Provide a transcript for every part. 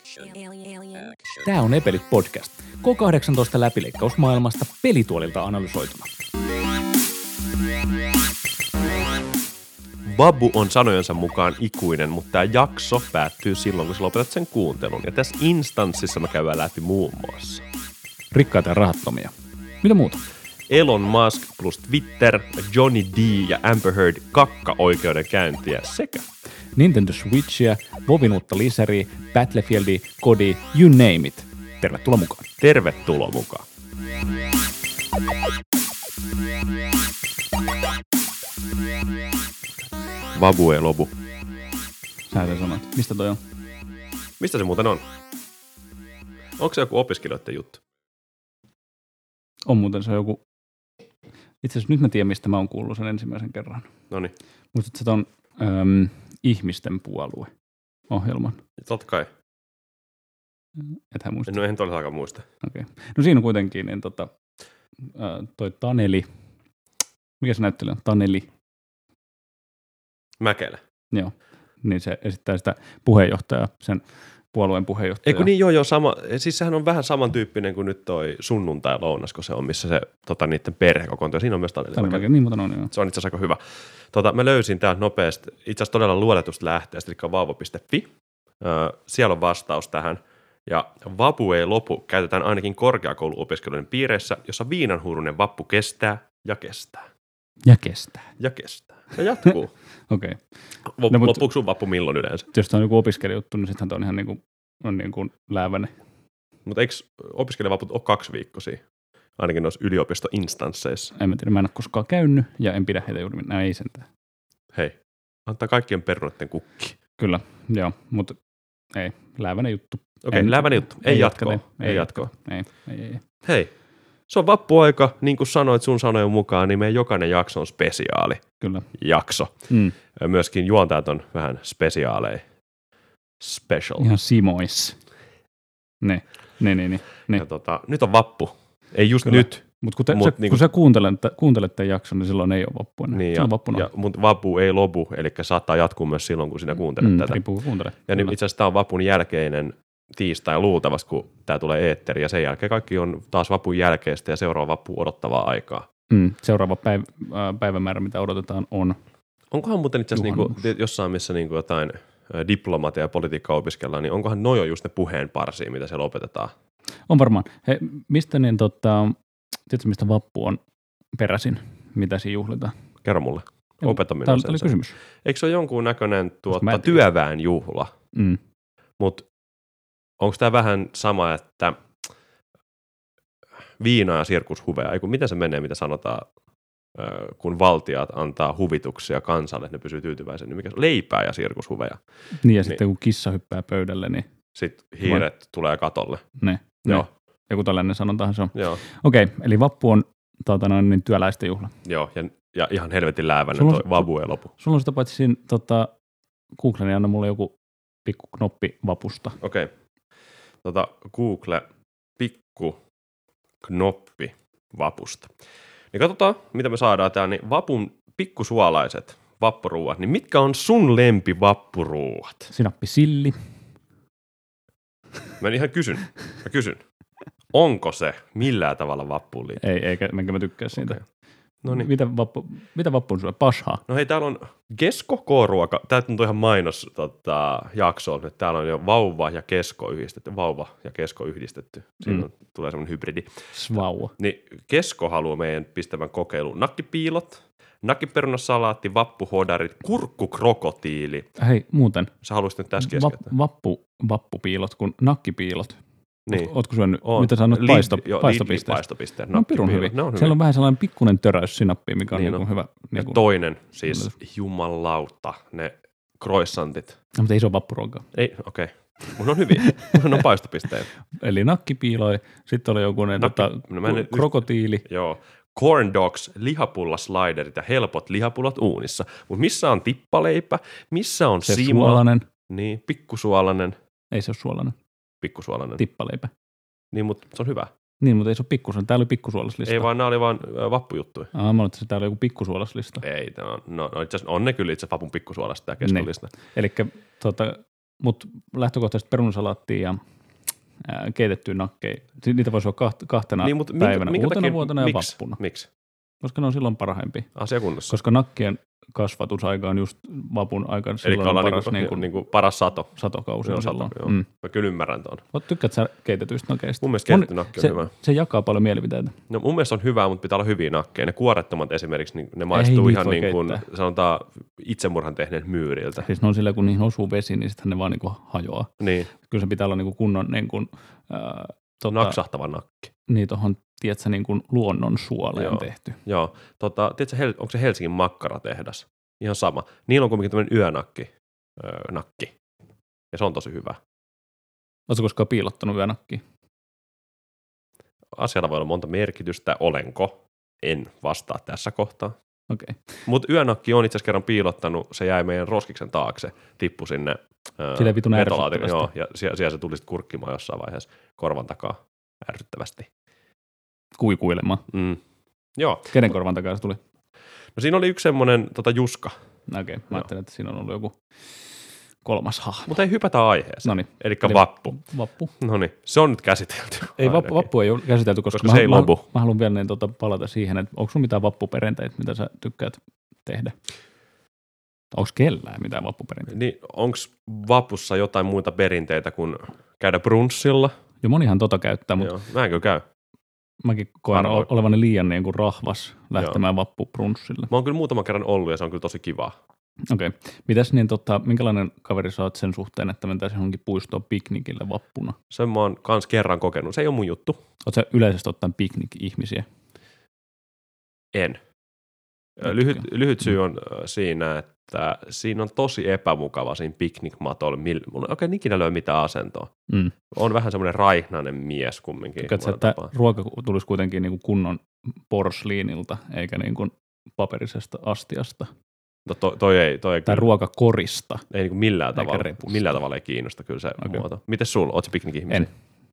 Tämä on Epelit podcast. K18 läpileikkausmaailmasta pelituolilta analysoituna. Vabu on sanojensa mukaan ikuinen, mutta tämä jakso päättyy silloin, kun sä lopetat sen kuuntelun. Ja tässä instanssissa me käydään läpi muun muassa Rikkaita ja rahattomia. Mitä muuta? Elon Musk plus Twitter, Johnny D ja Amber Heard kakka-oikeudenkäyntiä sekä Nintendo Switchia, Vovin uutta lisäriä, Battlefieldia, Kodi, you name it. Tervetuloa mukaan. tervetuloa mukaan. Vabu ei lopu. Sä sanoit. Mistä toi on? Mistä se muuten on? Onko se joku opiskelijoiden juttu? On muuten se joku... Itse asiassa nyt mä tiedän, mistä mä oon kuullut sen ensimmäisen kerran. Noniin. Muistatko sä ton Ihmisten puolue-ohjelman? Totta kai. Ethän muista. No eihän todellakaan muista. Okay. No siinä kuitenkin niin toi Taneli, mikä se näyttelijä on? Taneli. Mäkelä. Joo, niin se esittää sitä puheenjohtajaa, sen puolueen puheenjohtajaa. Eikö niin, joo, sama. Siis sehän on vähän samantyyppinen kuin nyt toi sunnuntai-lounas, kun se on, missä se niiden perhe kokoontuu. Siinä on myös Taneli. Niin, mutta on, joo. Se on itse asiassa aika hyvä. Mä löysin täältä nopeasti, itse asiassa todella luotetusta lähteestä, eli vauva.fi. Siellä on vastaus tähän. Ja vapu ei lopu käytetään ainakin korkeakouluopiskelijoiden piireissä, jossa viinanhuuruinen vappu kestää ja kestää. Ja kestää. Ja kestää. Ja jatkuu. Okei. Loppuuko sun vappu milloin yleensä? Jos on joku opiskelijuttu, niin sittenhän on ihan niin kuin lääväinen. Mutta eikö opiskelijavaput ole 2 viikkoisia? Ainakin noissa yliopistoinstansseissa. En mä tiedä, mä en ole koskaan käynyt ja en pidä heitä juuri mitään, ei sentään. Hei, antaa kaikkien perunoiden kukki. Kyllä, joo, mutta ei, lääväinen juttu. Okei, lääväinen juttu. Ei jatkoa. Ei jatkoa. Ei. Hei, se on vappuaika, niin kuin sanoit sun sanojen mukaan, niin meidän jokainen jakso on spesiaali. Kyllä. Jakso. Myöskin juontajat on vähän spesiaaleja. Special. Ihan simois. Ne. Ja nyt on vappu. Ei just kyllä. nyt. Mutta kun sä kuuntelet tämän jakson, niin silloin ei ole vappua. Niin, mutta vapu ei lopu, eli saattaa jatkuu myös silloin, kun sinä kuuntelet tätä. Riippuu kun kuuntelet. Ja niin, itse asiassa tämä on vapun jälkeinen tiistai luultavasti, kun tämä tulee eetteri, ja sen jälkeen kaikki on taas vapun jälkeistä ja seuraava vappu odottavaa aikaa. Seuraava päivämäärä, mitä odotetaan, on onkohan muuten itse asiassa jossain, missä jotain diplomatia ja politiikkaa opiskellaan, niin onkohan noin just ne puheenparsia, mitä siellä opetetaan? On varmaan. Hei, mistä tiedätkö, mistä vappu on peräisin? Mitä siinä juhlitaan? Kerro mulle. Opeta minua sen. Tämä oli kysymys. Eikö se ole jonkun näköinen työväenjuhla? Mutta onko tämä vähän sama, että viina ja sirkushuveja, miten se menee, mitä sanotaan, kun valtiat antaa huvituksia kansalle, että ne pysyy tyytyväisenä, mikä on leipää ja sirkushuveja. Niin ja sitten kun kissa hyppää pöydälle, niin sitten hiiret tulee katolle. Ne. Joo. Joku tällainen sanontahan se on. Joo. Okei, eli vappu on niin työläisten juhla. Joo, ja ihan helvetin lääväinen toi vabu ei lopu. Sulla on sitä paitsi siinä Google, niin anna mulle joku pikku knoppi vapusta. Okei. Google pikku knoppi vapusta. Niin katsotaan, mitä me saadaan täällä. Niin vapun pikkusuolaiset vappuruuat. Niin mitkä on sun lempi vappuruuat? Sinappisilli. Mä kysyn. Onko se millään tavalla vappuun liittyy? Ei, enkä mä tykkää siitä. Okay. No niin. Mitä vappu on sulle? Pashaa? No hei, täällä on kesko K-ruoka. Tää on ihan mainos jakso. Täällä on jo vauva ja kesko yhdistetty. Siinä tulee semmoinen hybridi. Svauva. Niin kesko haluaa meidän pistävän kokeiluun nakkipiilot, nakkiperunasalaatti, vappuhodarit, kurkkukrokotiili. Hei, muuten. Sä haluaisit nyt tässä keskeyttää. Vappupiilot kuin nakkipiilot. Niin. Ootko syönyt, mitä sanot, paistopisteet? Paistopisteet. No pirun hyvin. Siellä on vähän sellainen pikkuinen töräys sinappi, mikä on niin hyvä. Ja toinen, siis jumalauta, ne croissantit. No, mutta ei se ole vappuruokaa. Ei, okei. Mun on hyviä. Mun on paistopisteet. Eli nakkipiiloi, sitten oli joku krokotiili. Joo. Corn dogs, lihapullasliderit ja helpot lihapullat uunissa. Mutta missä on tippaleipä? Missä on se sima? Suolainen. Niin, pikkusuolainen. Ei se ole suolainen. Pikkusuolainen. Tippaleipä. Niin, mutta se on hyvä. Niin, mutta ei se ole pikkusuolainen. Täällä oli pikkusuolaslista. Ei vaan, nämä oli vaan vappujuttuja. Mä olin, että täällä oli joku pikkusuolaslista. Ei, no itse asiassa on ne kyllä itse vapun pikkusuolasta tämä keskullista. Elikkä mutta lähtökohtaisesti perunasalaattia ja keitettyä nakkeja. Niitä voisi olla kahtena Niin, mutta päivänä, minkä uutena takia, vuotena ja vappuna. Miksi? Koska ne on silloin parhaimpia. Asiakunnassa. Koska nakkien kasvatusaika on just vapun aika. Eli ollaan paras, paras sato. Satokausi on silloin. Joo. Mä kyllä ymmärrän tuon. Tykkäät sä keitetyistä nakeista? Mun mielestä keitetty nakki on hyvä. Se jakaa paljon mielipiteitä. No mun mielestä on hyvä, mutta pitää olla hyviä nakkeja. Ne kuorettomat esimerkiksi, niin ne maistuu ihan niin kuin, sanotaan, itsemurhan tehneet myyriltä. Siis ne on sillä, kun niihin osuu vesi, niin sitten ne vaan niin kuin hajoaa. Niin. Kyllä se pitää olla niin kuin kunnon naksahtava nakki. Niin tuohon, tiedätkö, niin kuin luonnon suoleen tehty. Joo. Tiedätkö, onko se Helsingin makkaratehdas? Ihan sama. Niillä on kuitenkin tämmöinen yönakki. Ja se on tosi hyvä. Oletko koskaan piilottanut yönakkiin? Asialla voi olla monta merkitystä. Olenko? En vastaa tässä kohtaa. Okay. Mutta yönakki on itse asiassa kerran piilottanut. Se jäi meidän roskiksen taakse. Tippui sinne vetolaatikon. Joo, ja siellä se tuli sitten kurkkimaan jossain vaiheessa korvan takaa ärsyttävästi. Kuikuilemaan. Joo. Kenen korvan takaa se tuli? No siinä oli yksi semmoinen Juska. Okei, mä ajattelin, että siinä on ollut joku kolmas hahmo. Mutta ei hypätä aiheeseen. Noniin. Eli vappu. Vappu. Noniin, se on nyt käsitelty. Ei, vappu ei ole käsitelty, koska se ei lopu. Mä haluan vielä palata siihen, että onko sun mitään vappuperinteitä, mitä sä tykkäät tehdä? Onko kellään mitään vappuperinteitä? Niin, onko vapussa jotain muita perinteitä kuin käydä brunssilla? Jo monihan käyttää, mutta joo, mä en kyllä käy. Mäkin koen olevani liian niin kuin rahvas lähtemään vappubrunssille. Mä oon kyllä muutaman kerran ollut ja se on kyllä tosi kivaa. Okei. Mitäs niin, minkälainen kaveri sä oot sen suhteen, että mentäisiin johonkin puistoon piknikille vappuna? Sen mä oon kans kerran kokenut. Se ei ole mun juttu. Oot sä yleisesti ottaen piknik-ihmisiä? En. Lyhyt syy on siinä, että siinä on tosi epämukava siinä piknikmatolla. Mun ei oikein ikinä löy mitään asentoa. On vähän semmoinen raihnainen mies kumminkin. Tykkäätkö, että ruoka tulisi kuitenkin niin kuin kunnon porsliinilta, eikä niin kuin paperisesta astiasta? No toi ei tai kyllä, ruokakorista. Ei niin kuin millään tavalla ei kiinnosta kyllä se muoto. Mites sulla? Ootko piknik-ihmisiä? En.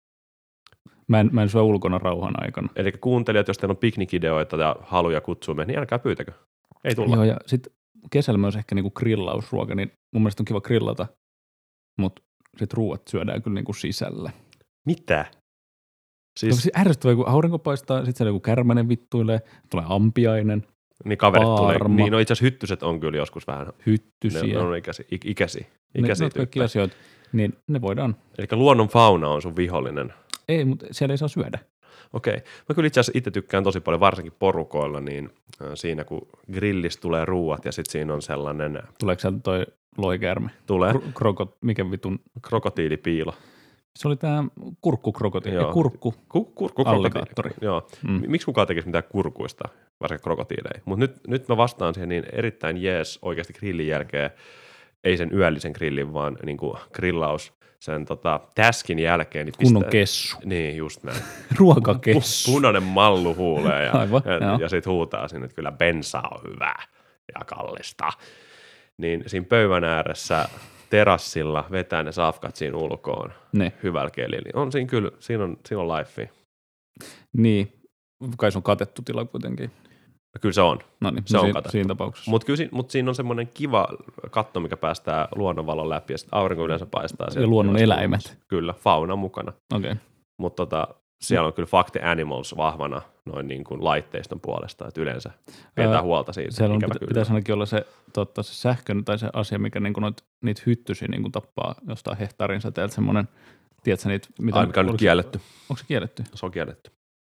Mä en syö ulkona rauhan aikana. Eli kuuntelijat, jos teillä on piknikideoita ja haluja kutsua me, niin älkää pyytäkö. Ei tulla. Joo, ja sitten kesällä myös ehkä niinku grillausruoka, niin mun mielestä on kiva grillata, mutta sitten ruuat syödään kyllä niinku sisällä. Mitä? Siis ärsyttävää, kun aurinko paistaa, sitten siellä joku kärmänen vittuilee, tulee ampiainen. Niin kaverit tulee. Niin no itse asiassa hyttyset on kyllä joskus vähän. Hyttysiä. Ne on ikäisiä. Ne on kaikki asioita, niin ne voidaan. Eli luonnon fauna on sun vihollinen. Ei, mutta siellä ei saa syödä. Okei. Mä kyllä itse asiassa itse tykkään tosi paljon, varsinkin porukoilla, niin siinä kun grillistä tulee ruuat ja sitten siinä on sellainen... Tuleeko sieltä toi lohikäärme? Tulee. Mikä vitun? Krokotiilipiilo. Se oli tää kurkkukrokotiili. Kurkkualligaattori. Joo. Miksi kukaan tekisi mitään kurkuista, varsinkin krokotiileja? Mutta nyt mä vastaan siihen niin erittäin jees oikeasti grillin jälkeen, ei sen yöllisen grillin, vaan niin kuin grillaus sen täskin jälkeen. Niin kunnon kessu. Niin, just näin. Ruokakessu. Punainen mallu huulee ja sitten huutaa sinne, että kyllä bensa on hyvää ja kallista. Niin siinä pöydän ääressä terassilla vetää ne safkat siinä ulkoon hyvällä kelillä. On siinä kyllä, siinä on lifea. Niin, kai se on katettu tila kuitenkin. Kyllä se on. No niin, se on katettu. Siinä tapauksessa. Mutta siinä on semmoinen kiva katto, mikä päästää luonnonvalon läpi ja sitten aurinko yleensä paistaa. Ja luonnon eläimet. Kyllä, fauna mukana. Okei. Mutta siellä on kyllä Fuck the Animals vahvana noin niin kuin laitteiston puolesta, että yleensä pidetään huolta siitä. Siellä pitäisi ainakin olla se sähkö tai se asia, mikä niin niitä hyttysiä niin tappaa jostain hehtaarin säteeltä semmoinen, tiedätkö niitä? Mikä on nyt kielletty. Onko se kielletty? Se on kielletty.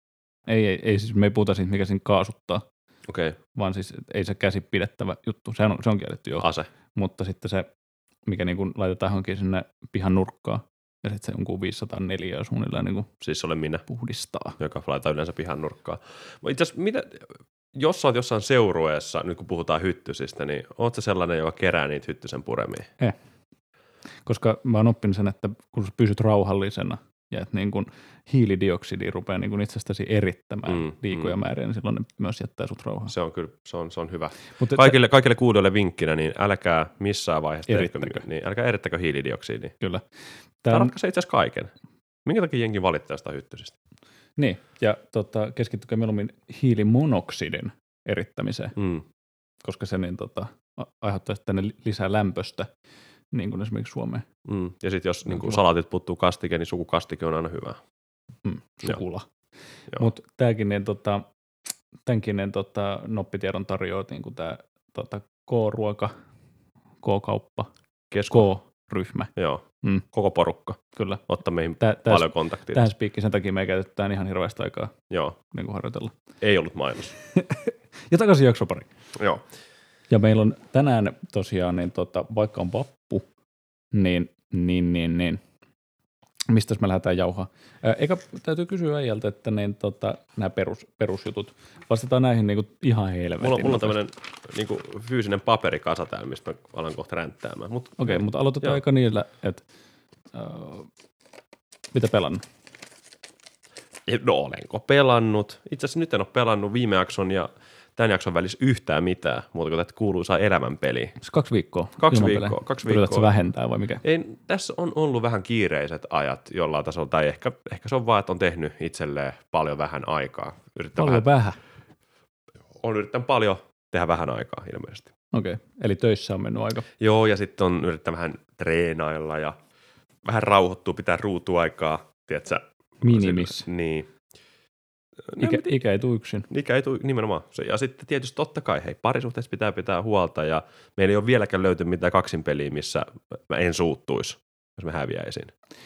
Ei siis me ei puhuta siitä, mikä siinä kaasuttaa. Okei. Vaan siis ei se käsi pidettävä juttu, se on kielletty jo. Ase. Mutta sitten se, mikä niin kuin laitetaan johonkin sinne pihan nurkkaan, ja sitten se jonkun 504 suunnilleen niin kuin siis olen minä, puhdistaa. Joka laitetaan yleensä pihan nurkkaan. Itse asiassa, jos sä oot jossain seurueessa, nyt kun puhutaan hyttysistä, niin oot sä sellainen, joka kerää niitä hyttysen puremia? Koska mä oon oppinut sen, että kun sä pysyt rauhallisena, ja että niin kun hiilidioksidi rupeaa niin kun itsestäsi erittämään liikoja määriä, niin silloin ne myös jättää sut rauhaan. Se on kyllä, se on hyvä. Mutta kaikille kuulijoille vinkkinä, niin älkää missään vaiheessa älkää erittäkö hiilidioksidia. Kyllä. Tämä ratkaisee itse asiassa kaiken. Minkä takia jengi valittaa sitä hyttysistä? Niin, ja keskittykää mieluummin hiilimonoksidin erittämiseen, koska se niin, aiheuttaa tänne lisää lämpöstä, niin kuin esimerkiksi Suomeen. Ja sitten jos niin salaatit puuttuu kastike, niin sukukastike on aina hyvä. Sukula. Mutta tämänkin noppitiedon tarjoaa niin tämä K-ruoka, K-kauppa, K-ryhmä. Joo, koko porukka. Kyllä. Ottaa meihin paljon kontaktia. Tähän spiikkiin sen takia me käytetään ihan hirveästi aikaa niin kuin harjoitella. Ei ollut mainos. Ja takaisin jaksopari. Joo. Ja meillä on tänään tosiaan, niin vaikka on vappu, niin mistä me lähdetään jauhaa? Eikä täytyy kysyä äijältä, että nämä perusjutut. Vastataan näihin niin kuin ihan helvetin. Mulla on tämmöinen niin kuin fyysinen paperikasa täällä, mistä mä alan kohta ränttäämään. Okei, mutta aloitetaan aika niillä, että mitä pelannut? No olenko pelannut? Itse asiassa nyt en ole pelannut viime jakson ja tämän jakson välissä yhtään mitään, muuta kuin tätä kuuluisaa elämänpeliä. 2 viikkoa. 2 viikkoa. Yritätkö se vähentää vai mikä? Ei, tässä on ollut vähän kiireiset ajat jollain tasolla, tai ehkä se on vaan, että on tehnyt itselleen paljon vähän aikaa. Vähän? On yrittänyt paljon tehdä vähän aikaa ilmeisesti. Okei, eli töissä on mennyt aika. Joo, ja sitten on yrittänyt vähän treenailla ja vähän rauhoittua, pitää ruutuaikaa, tiedätkö? Minimis. Niin. Ikä ei tule yksin. Ikä ei tule nimenomaan. Ja sitten tietysti totta kai, parisuhteessa pitää huolta, ja meillä ei ole vieläkään löytynyt mitään kaksinpeliä, missä mä en suuttuisi, jos mä häviäisin.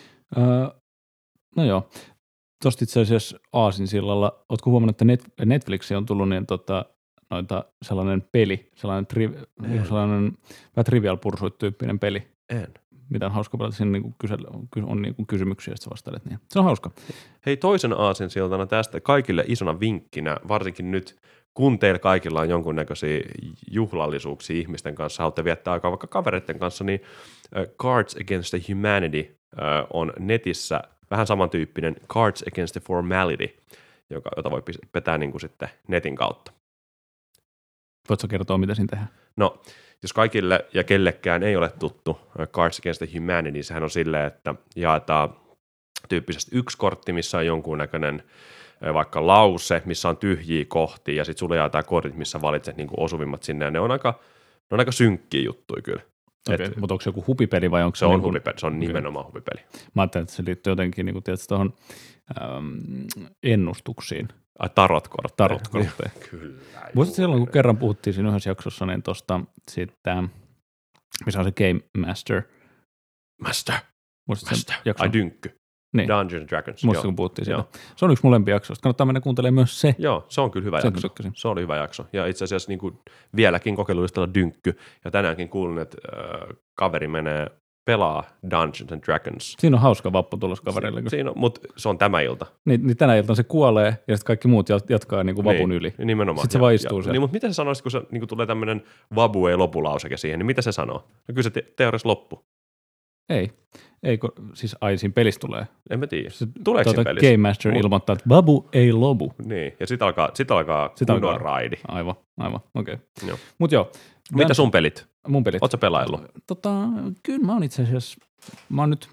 No joo. Tuosta itse asiassa aasinsillalla, ootko huomannut, että Netflixiin on tullut niin sellainen peli, sellainen vähän Trivial Pursuit-tyyppinen peli. En. Mitä on hauska pelata, siinä on niinku kysymyksiä, joista vastailet. Niin. Se on hauska. Hei, toisen aasinsiltana tästä kaikille isona vinkkinä, varsinkin nyt, kun teillä kaikilla on jonkunnäköisiä juhlallisuuksia ihmisten kanssa, haluatte viettää aikaa vaikka kavereiden kanssa, niin Cards Against the Humanity on netissä vähän samantyyppinen Cards Against the Formality, jota voi pitää niin kuin sitten netin kautta. Voitko kertoa, mitä siinä tehdään? No, jos kaikille ja kellekään ei ole tuttu Cards Against the Humanity, niin sehän on silleen, että jaetaan tyyppisesti yksi kortti, missä on jonkunnäköinen vaikka lause, missä on tyhjiä kohtia, ja sitten sulle jaetaan kortit, missä valitset niin kuin osuvimmat sinne, ja ne on aika synkkiä juttuja kyllä. Okei, mutta onko se joku hupipeli vai onko se on hupipeli, se on nimenomaan hupipeli. Mä ajattelin, että se liittyy jotenkin niin tuohon ennustuksiin. Tarotkortteja. Kyllä. Muistatko silloin, kun kerran puhuttiin siinä yhdessä jaksossa, niin tuosta sitten, missä on se Game Master. Master. Ai dynkky. Niin. Dungeons & Dragons. Muistatko, kun puhuttiin siitä. Se on yksi molempia jaksoista. Kannattaa mennä kuuntelemaan myös se. Joo, se on kyllä hyvä jakso. Se oli hyvä jakso. Ja itse asiassa niin kuin vieläkin kokeilulistalla dynkky. Ja tänäänkin kuulin, että kaveri menee pelaa Dungeons & Dragons. Siinä on hauska vappu tulos kaverille. Siinä on, mutta se on tämä ilta. Niin tänä iltana se kuolee ja sitten kaikki muut jatkaa niin kuin vapun yli. Nimenomaan. Sitten se vaan istuu siellä. Niin, mutta mitä sä sanoisit, kun se, niin kuin tulee tämmöinen vabu ei lopulauseke siihen, niin mitä se sanoo? No kyllä se teoriassa loppu. Ei, siis siinä pelissä tulee. En mä tiedä. Tuleeko siinä pelissä? Game Master ilmoittaa, että vabu ei lopu. Niin, ja sitten alkaa kunnon raidi. Aivan, okei. Okay. Mut joo. Mitä sun pelit? Mun pelit? Ootko pelaillut? Kyllä mä oon itse asiassa, mä oon nyt,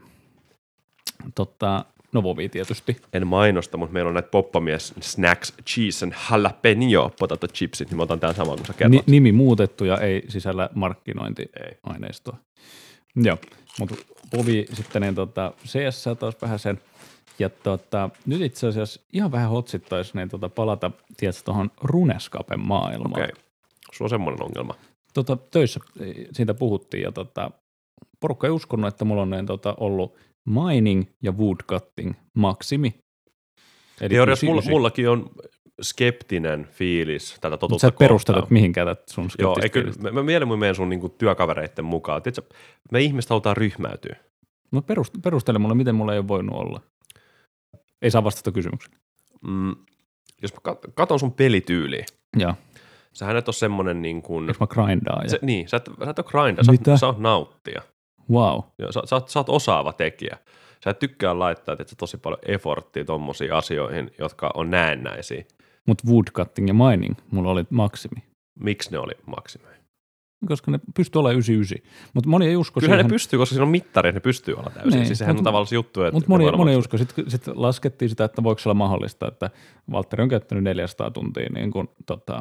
no Vovi tietysti. En mainosta, mutta meillä on näitä poppamies snacks, cheese and jalapeno potato chipsit, niin mä otan tämän saman, kun sä kerrot. Nimi muutettu ja ei sisällä markkinointiaineistoa. Joo, mutta Vovi sitten niin CS taas vähän sen. Ja nyt itse asiassa ihan vähän hotsittaisi niin palata tietysti tuohon Runescapen maailmaan. Okei, sulla on semmoinen ongelma. Töissä siitä puhuttiin ja porukka ei uskonut, että mulla on ollut mining ja woodcutting maksimi. Eli teoriassa mullakin on skeptinen fiilis tätä totuutta kohtaan. Sä et perustele, että mihin käytät sun skeptistä fiilistä. Mä mieluummin menen sun niinku työkavereiden mukaan. Tiedätkö, me ihmiset halutaan ryhmäytyä. No perustele mulle, miten mulla ei ole voinut olla. Ei saa vastata kysymykseen. Jos mä katon sun pelityyliä. Joo. Sähän et ole semmonen niin kuin... Jos mä grindaan. Niin, sä et ole grindaa, sä oot nauttia. Wow. Sä oot osaava tekijä. Sä et tykkää laittaa tosi paljon efforttia tommosiin asioihin, jotka on näennäisiä. Mutta woodcutting ja mining, mulla oli maksimi. Miksi ne oli maksimi? Koska ne pystyy olemaan 99. Mutta moni ei usko siihen. Kyllä ne pystyy, koska siinä on mittari, ne pystyy olla täysin. Niin, siis sehän on tavallaan se juttu, että... Mutta moni ei usko. Sitten laskettiin sitä, että voiko olla mahdollista, että Valtteri on käyttänyt 400 tuntia niin kuin,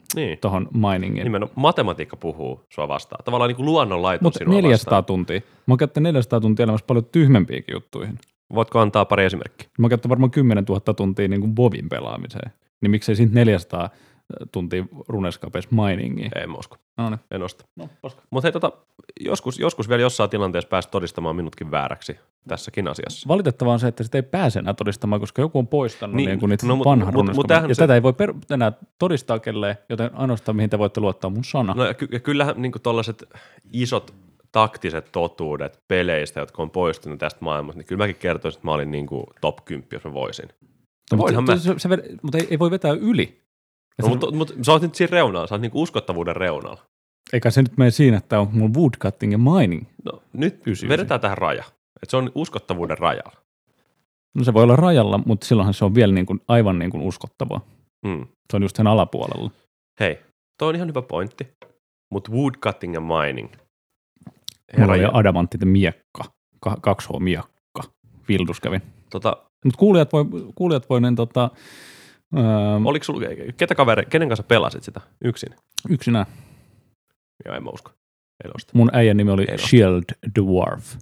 tuohon miningiin. Nimenomaan matematiikka puhuu sua vastaan. Tavallaan niin kuin luonnonlaitos Mutta sinua 400 vastaan. tuntia. Mä oon käyttänyt 400 tuntia elämässä paljon tyhmempiäkin juttuihin. Voitko antaa pari esimerkkiä? Mä oon käyttänyt varmaan 10 000 tuntia niin kuin Vovin pelaamiseen. Niin miksei siitä 400 tuntia Runescapes miningiin? Ei mä usko. No niin. En osta. No, paska. Mutta hei, joskus vielä jossain tilanteessa päästä todistamaan minutkin vääräksi tässäkin asiassa. Valitettavaa on se, että sitä ei pääse enää todistamaan, koska joku on poistanut Niin, niin kuin niitä no, vanhan Runescapes. Ja se... tätä ei voi enää todistaa kelleen, joten ainoastaan mihin te voitte luottaa mun sana. No ja kyllähän niin tollaiset isot taktiset totuudet peleistä, jotka on poistunut tästä maailmasta, niin kyllä mäkin kertoisin, että mä olin niin kuin top 10, jos mä voisin. No, mutta ei voi vetää yli. No, mutta sä oot nyt siinä reunalla, sä oot niin kuin uskottavuuden reunalla. Eikä se nyt mene siinä, että on mun woodcutting ja mining. No nyt vedetään tähän raja, että se on uskottavuuden rajalla. No se voi olla rajalla, mutta silloinhan se on vielä niin kuin, aivan niin kuin uskottavaa. Se on just sen alapuolella. Hei, toi on ihan hyvä pointti, mutta woodcutting ja mining. Mulla oli adamanttinen miekka, 2H-miekka, Vildus kävin. Mutta kuulijat voi oliko sulla, kenen kanssa pelasit sitä? Yksin? Yksinään. Joo, en mä usko. Ei osta. Mun äijän nimi oli Shield Dwarf.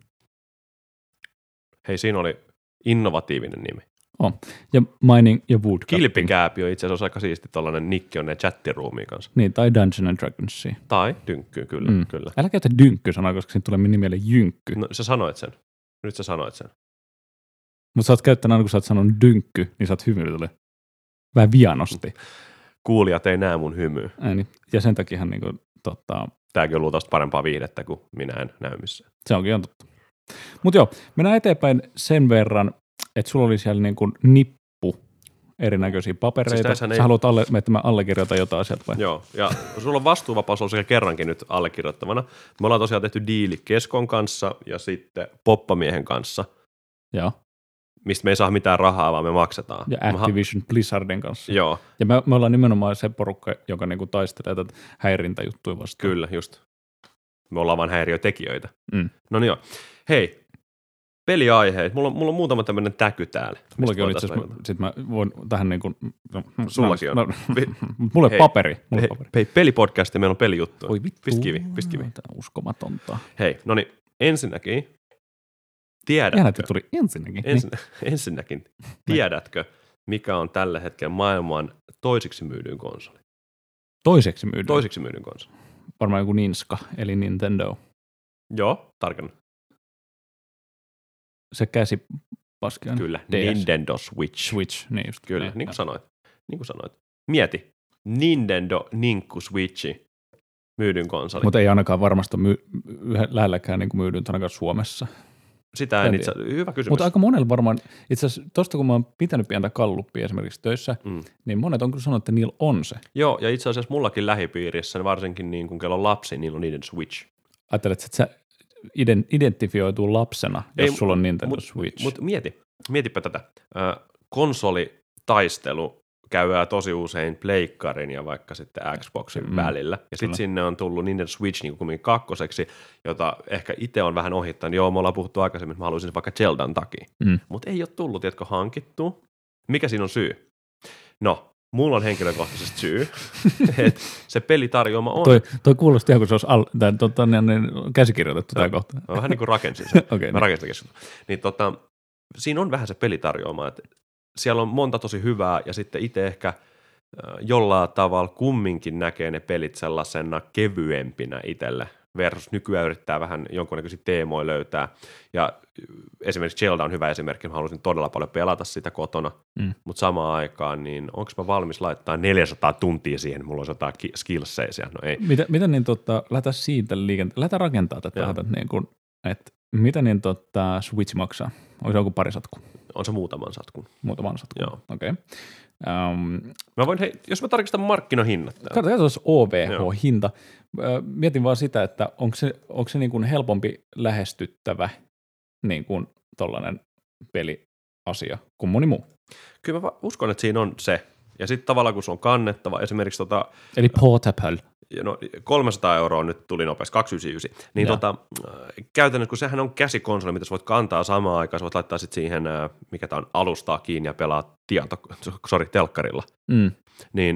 Hei, siinä oli innovatiivinen nimi. Ja mining ja woodcutting. Kilpikääpi on itse asiassa aika siisti tollainen nikki on ne chattiruumiin kanssa. Niin, tai Dungeons and Dragonsia. Tai dynkkyy, kyllä. Älä käytä dynkky-sanaa, koska siinä tulee nimelle jynkky. No sä sanoit sen. Nyt sä sanoit sen. Mutta sä oot käyttänyt aina, kun sä oot sanonut dynkky, niin sä oot hymyillyt vähän vianosti. Kuulijat ei näe mun hymyä. Niin. Ja sen takiahan niinku, Tääkin on luultavasti parempaa viihdettä, kun minä en näy missään. Se onkin ihan totta. Mutta joo, mennään eteenpäin sen verran, että sulla oli siellä niinku nippu erinäköisiä papereita. Siis sä haluat että mä allekirjoitan jotain sieltä vai? Joo, ja sulla on vastuuvapaus ollut sekä kerrankin nyt allekirjoittavana. Me ollaan tosiaan tehty diili Keskon kanssa ja sitten Poppamiehen kanssa. Joo. Mistä me ei saa mitään rahaa, vaan me maksetaan. Ja Activision Blizzardin kanssa. Joo. Ja me ollaan nimenomaan se porukka, joka niinku taistelee tätä häirintäjuttuja vastaan. Kyllä, just. Me ollaan vaan häiriötekijöitä. No niin joo. Hei, peliaiheet. Mulla on muutama tämmöinen täky täällä. Mullakin on itse asiassa, sit mä voin tähän niin kuin... Sullakin on. Mulla on paperi. Hei, pelipodcast ja meillä on pelijuttu. Oi vittu. Pist kivi. Tämä on uskomatonta. Hei, no niin, ensinnäkin, tiedätkö? Ihan, että tuli ensinnäkin. Tiedätkö, mikä on tällä hetkellä maailman toiseksi myydyin konsoli? Toiseksi myydyin? Toiseksi myydyin konsoli. Varmaan joku Ninska, eli Nintendo. Joo, tarkennan. Se käsi paskiainen. Kyllä, DS. Nintendo Switch. Niin just. Kyllä, niin kuin sanoit. Mieti, Nintendo Ninkku Switchi myydyn konsoli. Mutta ei ainakaan varmasti lähelläkään niin myydyn ainakaan Suomessa. Sitä en itse hyvä kysymys. Mutta aika monella varmaan, itse asiassa tuosta kun mä oon pitänyt pientä kalluppia esimerkiksi töissä, niin monet on kyllä sanonut, että niillä on se. Joo, ja itse asiassa mullakin lähipiirissä, varsinkin niin kun kello on lapsi, niillä on Nintendo Switch. Ajattelet, että sä identifioituu lapsena, jos sulla on Nintendo Switch. Mutta mietipä tätä. Konsolitaistelu käydään tosi usein pleikkarin ja vaikka sitten Xboxin välillä. Ja sitten sinne on tullut Nintendo Switch niin kuin kakkoseksi, jota ehkä itse on vähän ohittanut. Joo, me ollaan puhuttu aikaisemmin, että mä haluaisin vaikka Zeldan takia. Mutta ei ole tullut, tiedätkö, hankittua. Mikä siinä on syy? No, mulla on henkilökohtaisesti syy, että se pelitarjoama on. Toi kuulosti ihan, kun se olisi käsikirjoitettu tämä kohta. Mä vähän niin kuin rakensin sen. Okay, mä rakensin niin siinä on vähän se pelitarjoama, että siellä on monta tosi hyvää ja sitten itse ehkä jollain tavalla kumminkin näkee ne pelit sellaisena kevyempinä itselle versus nykyään yrittää vähän jonkunnäköisiä teemoja löytää. Ja esimerkiksi Zelda on hyvä esimerkki, mä haluaisin todella paljon pelata sitä kotona, mutta samaan aikaan, niin onko mä valmis laittaa 400 tuntia siihen, mulla olisi jotain skillseja, no ei. Miten niin lähdetään siitä lähdetään rakentaa tätä, että mitä niin Switch maksaa? Onko se joku pari satku? On se muutaman satkun. Joo. Okei. Mä voin, jos mä tarkistan markkinahinnat. Katsotaan OVH-hinta. Mietin vaan sitä, että onko se niin kuin helpompi lähestyttävä niin kuin tollainen peliasia kuin moni muu. Kyllä mä uskon, että siinä on se. Ja sitten tavallaan, kun se on kannettava, esimerkiksi eli portable. No 300 € nyt tuli nopeasti, 299. Niin käytännössä, kun sehän on käsikonsoli, mitä sä voit kantaa samaan aikaan, sä voit laittaa sitten siihen, mikä tää on, alustaa kiinni ja pelaa telkkarilla. Niin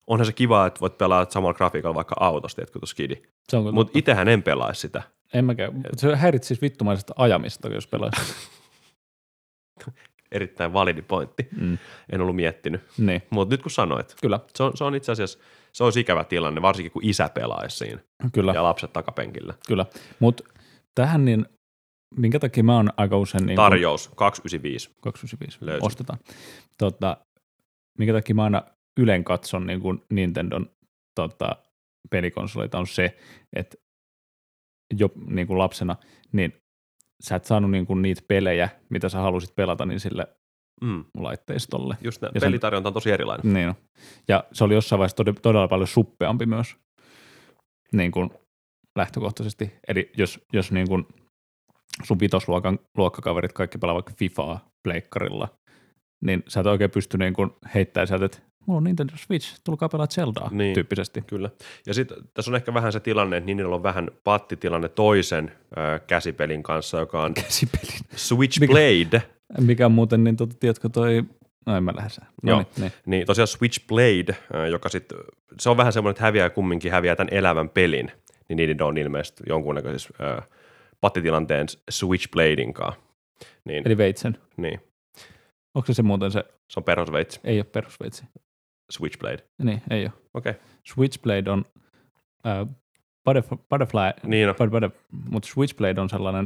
onhan se kiva, että voit pelaa samalla grafiikalla vaikka autosta, tiedätkö, tuossa Skidi. Mutta itsehän en pelaisi sitä. En mäkään. Se häirit siis vittumaisesta ajamista, jos pelaisi. Erittäin validi pointti. En ollut miettinyt. Niin. Mutta nyt kun sanoit, Kyllä. Se on itse asiassa, se olisi ikävä tilanne, varsinkin kun isä pelaisi siinä. Kyllä. Ja lapset takapenkillä. Kyllä. Mutta tähän niin, minkä takia mä oon aika usein... Niin tarjous, 295. 295, löysin. Ostetaan. Minkä takia mä aina ylen katson niin kuin Nintendon pelikonsoleita on se, että jo niin kuin lapsena, niin sä et saanut niin kuin niitä pelejä, mitä sä halusit pelata, niin sille laitteistolle. Just näin, pelitarjonta on tosi erilainen. Niin on. Ja se oli jossain vaiheessa todella paljon suppeampi myös niin kuin lähtökohtaisesti. Eli jos niin kuin sun vitosluokan luokkakaverit kaikki pelaa vaikka FIFAa pleikkarilla, niin sä et oikein pysty niin kuin heittämään sieltä, että mulla on Nintendo Switch, tulkaa pelaa Zeldaa niin, tyyppisesti. Kyllä. Ja sitten tässä on ehkä vähän se tilanne, että niillä on vähän pattitilanne toisen käsipelin kanssa, joka on Switchblade. Mikä on muuten, niin tiedätkö toi, no en mä lähde sään. Joo, niin tosiaan Switchblade, joka sitten, se on vähän semmoinen, että häviää tämän elävän pelin, niin niiden on ilmeisesti jonkunnäköisessä pattitilanteen Switchbladin kanssa. Niin, eli veitsen. Niin. Onko se muuten se? Se on perusveitsi. Ei ole perusveitsi. Switchblade. Niin, ei ole. Okei. Switchblade on butterfly, niin no. Mutta Switchblade on sellainen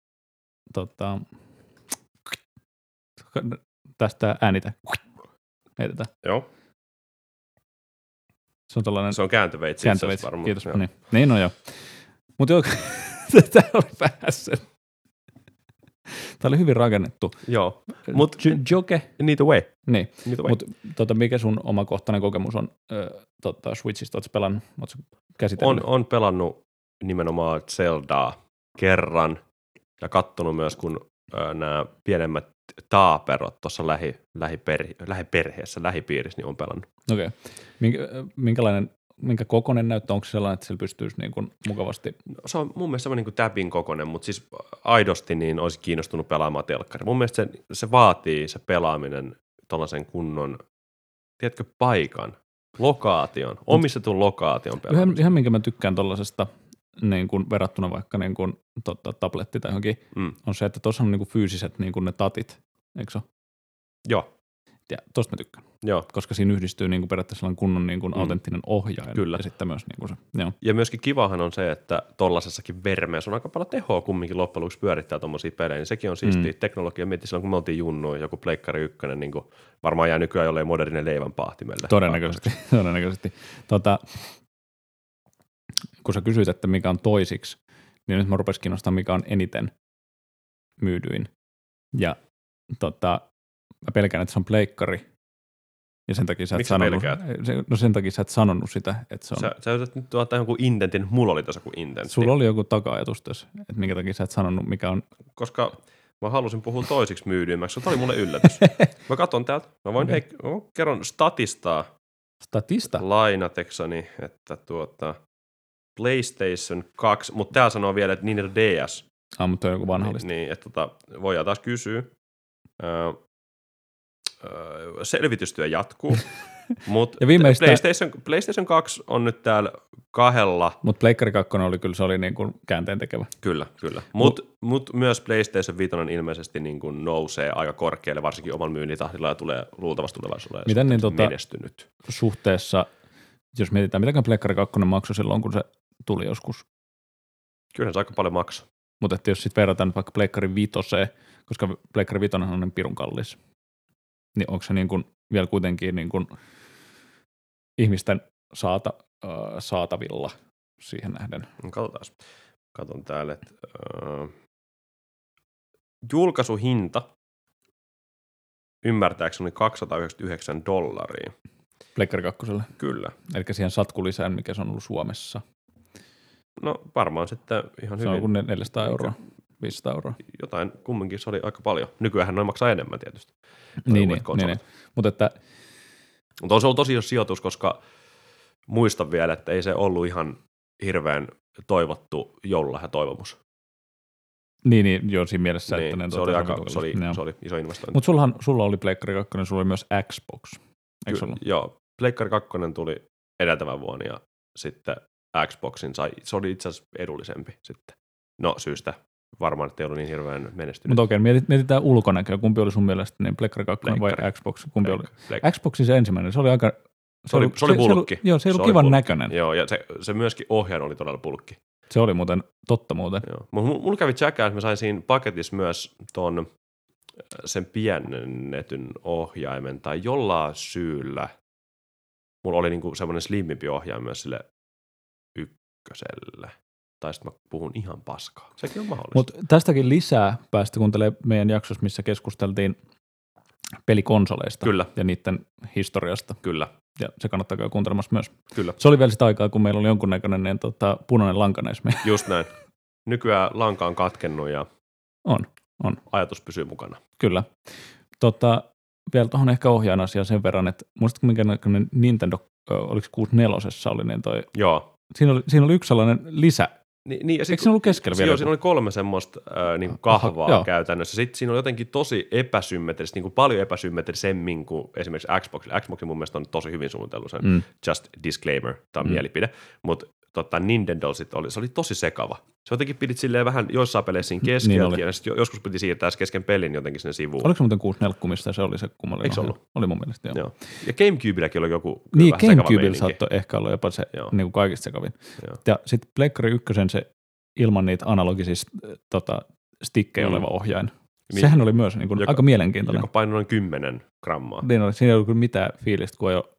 tästä äänitä. Heitetään. Joo. Se on tällainen. Se on kääntöveitsi. Kääntöveitsi, kiitos. Joo. Niin, no joo. Mutta joo, tämä oli vähän se. Tämä oli hyvin rakennettu. Joo. Joke. Neither way. Niin. Mutta mikä sun omakohtainen kokemus on Switchista? Oletko pelannut? Oletko käsitellyt? On pelannut nimenomaan Zeldaa kerran ja kattonut myös, kun nämä pienemmät taaperot tuossa lähipiirissä, niin on pelannut. Okei. Minkä kokoinen näyttää? Onko se sellainen, että sillä pystyisi niin kuin mukavasti? Se on mun mielestä semmoinen niin kuin tabin kokoinen, mutta siis aidosti niin olisi kiinnostunut pelaamaan telkkari. Mun mielestä se vaatii se pelaaminen tuollaisen kunnon, tiedätkö, paikan, lokaation, omistetun lokaation pelaamisen. Ihan minkä mä tykkään tuollaisesta niin kuin verrattuna vaikka niin kuin, tabletti tai johonkin, on se, että tuossa on niin kuin fyysiset niin kuin ne tatit, eikö se? Joo. Ja tosta mä tykkään. Joo. Koska siinä yhdistyy niin kuin periaatteessa sellainen kunnon niin kuin autenttinen ohjaaja. Kyllä. Ja sitten myös niin kuin se. Joo. Ja myöskin kivahan on se, että tollaisessakin vermeessä on aika paljon tehoa kumminkin loppujen lopuksi pyörittää tommosia pelejä, niin sekin on siistiä. Teknologia, mietti silloin, kun me oltiin junnuja, joku Pleikkari 1, niin kuin varmaan jää nykyään jollain moderninen leivänpahti meille. Todennäköisesti. Kun sä kysyit, että mikä on toisiksi, niin nyt mä rupesin kiinnostaa, mikä on eniten myydyin. Ja mä pelkään, että se on pleikkari. Ja sen takia sä et sanonut, sen takia sä et sanonut sitä, että se on. Sä yrität nyt tuottaa jonkun intentin, mulla oli tässä joku intentti. Sulla oli joku taka-ajatus tässä, että minkä takia sä et sanonut, mikä on. Koska mä halusin puhua toisiksi myydyimmäksi, tämä oli mulle yllätys. Mä katson täältä, mä voin kerron statista lainateksani, että PlayStation 2, mutta täällä sanoo vielä, että Nintendo DS. Mutta on joku vanhallista. Niin, että voidaan taas kysyä. Selvitystyö jatkuu, mutta PlayStation 2 on nyt täällä 2. Mutta Pleikkari 2 se oli niin kuin käänteen tekevä. Kyllä. Mutta myös PlayStation 5 ilmeisesti niin kuin nousee aika korkealle, varsinkin oman myynnitahdilla ja tulee luultavasti tulevaisuudessa menestynyt. Suhteessa, jos mietitään, mitäkään Pleikkari 2 maksoi silloin, kun se tuli joskus? Kyllähän se aika paljon maksaa. Mutta jos sitten verrataan vaikka Pleikkari 5, koska Pleikkari 5 on niin pirun kallis, niin onko se niin kuin vielä kuitenkin niin kuin ihmisten saatavilla siihen nähden? Katsotaan. Katon täällä, että julkaisuhinta ymmärtääkseni $299. Pleikkari 2. Kyllä. Eli siihen satkulisään, mikä se on ollut Suomessa. No varmaan sitten ihan se hyvin. Se on kuin 400 €, 500 €. Jotain kumminkin, se oli aika paljon. Nykyäänhän noin maksaa enemmän tietysti. Niin. Mutta on se ollut tosi sijoitus, koska muistan vielä, että ei se ollut ihan hirveän toivottu joululahjatoivomus. Niin, joo, siinä mielessä. Niin, että se oli iso investointi. Mutta sulla oli Pleikkari 2, sulla oli myös Xbox. Eikö sulla? Joo, Pleikkari 2 tuli edeltävän vuonna ja sitten Xboxin se oli itse asiassa edullisempi sitten. No syystä varmaan, että ei ollut niin hirveän menestynyt. Mutta okei, mietitään ulkonäköä. Kumpi oli sun mielestä, niin Pleikkari 2 vai Xbox? Kumpi oli? Xboxin se ensimmäinen, se oli aika... Se oli bulkki. Joo, se oli kivan bulkki. Näköinen. Joo, ja se myöskin ohjaan oli todella bulkki. Se oli muuten, totta muuten. Joo. Mulla kävi tsäkään, että mä sain siinä paketissa myös sen pienennetyn ohjaimen, tai jollain syyllä mulla oli niinku semmoinen slimmimpi ohjain myös sille ykköselle. Tai sitten mä puhun ihan paskaa. Sekin on mahdollista. Mutta tästäkin lisää päästä kuuntelemaan meidän jaksossa, missä keskusteltiin pelikonsoleista. Kyllä. Ja niiden historiasta. Kyllä. Ja se kannattaa käydä kuuntelemassa myös. Kyllä. Se oli vielä sitä aikaa, kun meillä oli jonkunnäköinen punainen lanka näissä. Just näin. Nykyään lanka on katkennut ja on. Ajatus pysyy mukana. Kyllä. Vielä tuohon ehkä ohjaan asiaan sen verran, että muistatko minkä näköinen Nintendo, oliko 64 oli niin toi? Joo. Siinä oli yksi sellainen lisä. Niin, eikö siinä ollut keskellä vielä? Joo, siinä oli 3 semmoista niin kahvaa käytännössä. Sitten siinä oli jotenkin tosi epäsymmetristä, niin kuin paljon epäsymmetrisemmin kuin esimerkiksi Xbox. Xbox mun mielestä on tosi hyvin suunnitellut sen, just disclaimer, tämä on mielipide, mutta Nintendo se oli tosi sekava. Se jotenkin pidit silleen vähän joissain peleissä siinä keskellä, niin ja sitten joskus piti siirtää kesken pelin jotenkin sinne sivuun. Oliko se muuten 64, mistä se oli se kummallinen? Eikö se ollut? Oli mun mielestä, joo. Ja Gamecubeilläkin oli joku niin, Gamecubella saattoi ehkä olla jopa se niin kuin kaikista sekavin. Joo. Ja sitten Pleikkari 1 se ilman niitä analogisia stikkejä oleva ohjain. Sehän oli myös niin kuin aika mielenkiintoinen. Joka painoi noin 10 grammaa. Siinä ei ollut kyllä mitään fiilistä, kun jo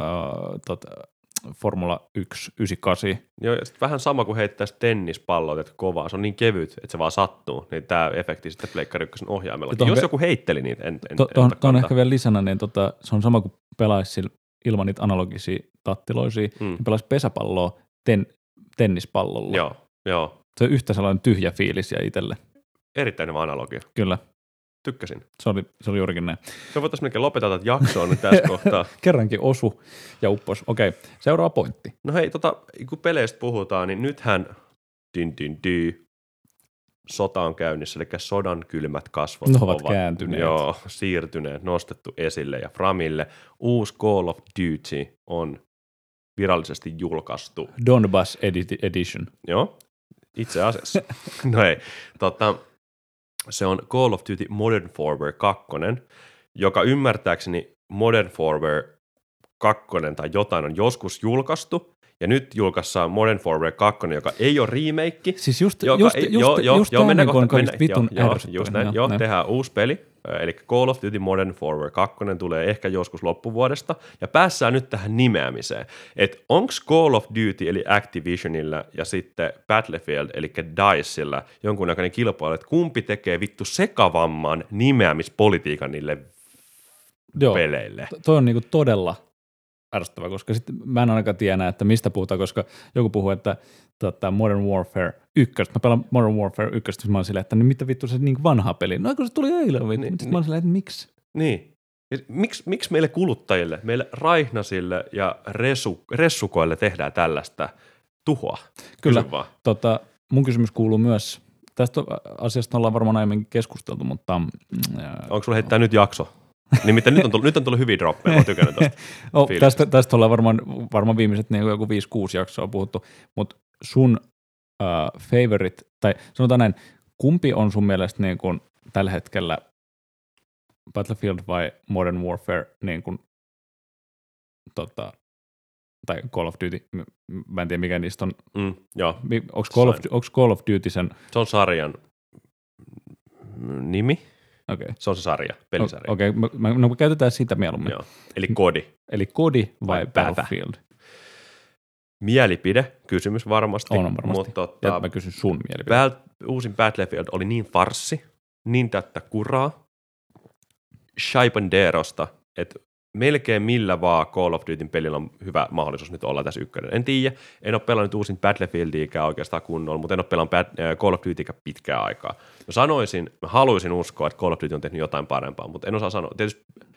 Formula 1 98. Joo, ja sitten vähän sama kuin heittäisi tennispallot, että kovaa. Se on niin kevyt, että se vaan sattuu. Niin tämä efekti sitten Pleikkari 1 ohjaimellakin. Jos joku heitteli niitä, Tuohon ehkä vielä lisänä, niin se on sama kuin pelaisi ilman niitä analogisia tattiloisia, niin pelaisi pesäpalloa tennispallolla. Joo. Se on yhtä sellainen tyhjä fiilis ja itselle. Erittäin hyvä analogia. Kyllä. Tykkäsin. Se oli juurikin näin. Me voitaisiin melkein lopettaa tätä jaksoa nyt tässä kohtaa. Kerrankin osu ja uppos. Okei, seuraava pointti. No hei, kun peleistä puhutaan, niin nythän sota on käynnissä, eli sodan kylmät kasvot ovat kääntyneet. Joo, siirtyneet, nostettu esille ja framille. Uusi Call of Duty on virallisesti julkaistu. Donbass Edition. Joo, itse asiassa. No ei, se on Call of Duty Modern Warfare 2, joka ymmärtääkseni Modern Warfare 2 tai jotain on joskus julkaistu, ja nyt julkaissaan Modern Warfare 2, joka ei ole remake. Siis just tämä on kaikista vitun ärsyttävää. Joo, tehdään uusi peli, eli Call of Duty Modern Warfare 2 tulee ehkä joskus loppuvuodesta, ja päässään nyt tähän nimeämiseen, että onko Call of Duty eli Activisionilla ja sitten Battlefield eli DICEilla jonkunnäköinen kilpailu, että kumpi tekee vittu sekavamman nimeämispolitiikan niille peleille. Toi on niinku todella ärsyttävää, koska sitten mä en ainakaan tiedä, että mistä puhutaan, koska joku puhuu, että Modern Warfare 1, mä pelaan Modern Warfare 1, mä oon silleen, että niin mitä vittu se niin vanha peli, no kun se tuli eilen, mä oon silleen, että miksi? Niin, miksi meille kuluttajille, meille raihnasille ja ressukoille tehdään tällaista tuhoa? Kyllä, mun kysymys kuuluu myös, tästä asiasta ollaan varmaan aiemmin keskusteltu, mutta... Onko sulla heittää nyt jakso? Nimittäin nyt on tullut hyviä droppeja, mä oon tykännyt tosta. Tästä ollaan varmaan viimeiset niin joku 5-6 jaksoa puhuttu, mutta sun favorite, tai sanotaan näin, kumpi on sun mielestä niin kuin tällä hetkellä Battlefield vai Modern Warfare niin kuin, tai Call of Duty, mä en tiedä mikä niistä on. Joo. Onko Call of Duty sen? Se on sarjan nimi. Okay. Se on se sarja, pelisarja. Okei, me käytetään sitä mieluummin. Joo. Eli kodi. Eli kodi vai Battlefield? Mielipide, kysymys varmasti. On varmasti. Mutta mä kysyn sun mielipide. Uusin Battlefield oli niin farssi, niin täyttä kuraa, Shaibanderosta, että melkein millä vaan Call of Dutyn pelillä on hyvä mahdollisuus nyt olla tässä ykkönen. En tiedä, en ole pelannut uusin Battlefieldiikään oikeastaan kunnolla, mutta en ole pelannut Call of Dutyikään pitkään aikaa. Mä haluaisin uskoa, että Call of Duty on tehnyt jotain parempaa, mutta en osaa sanoa. Tietysti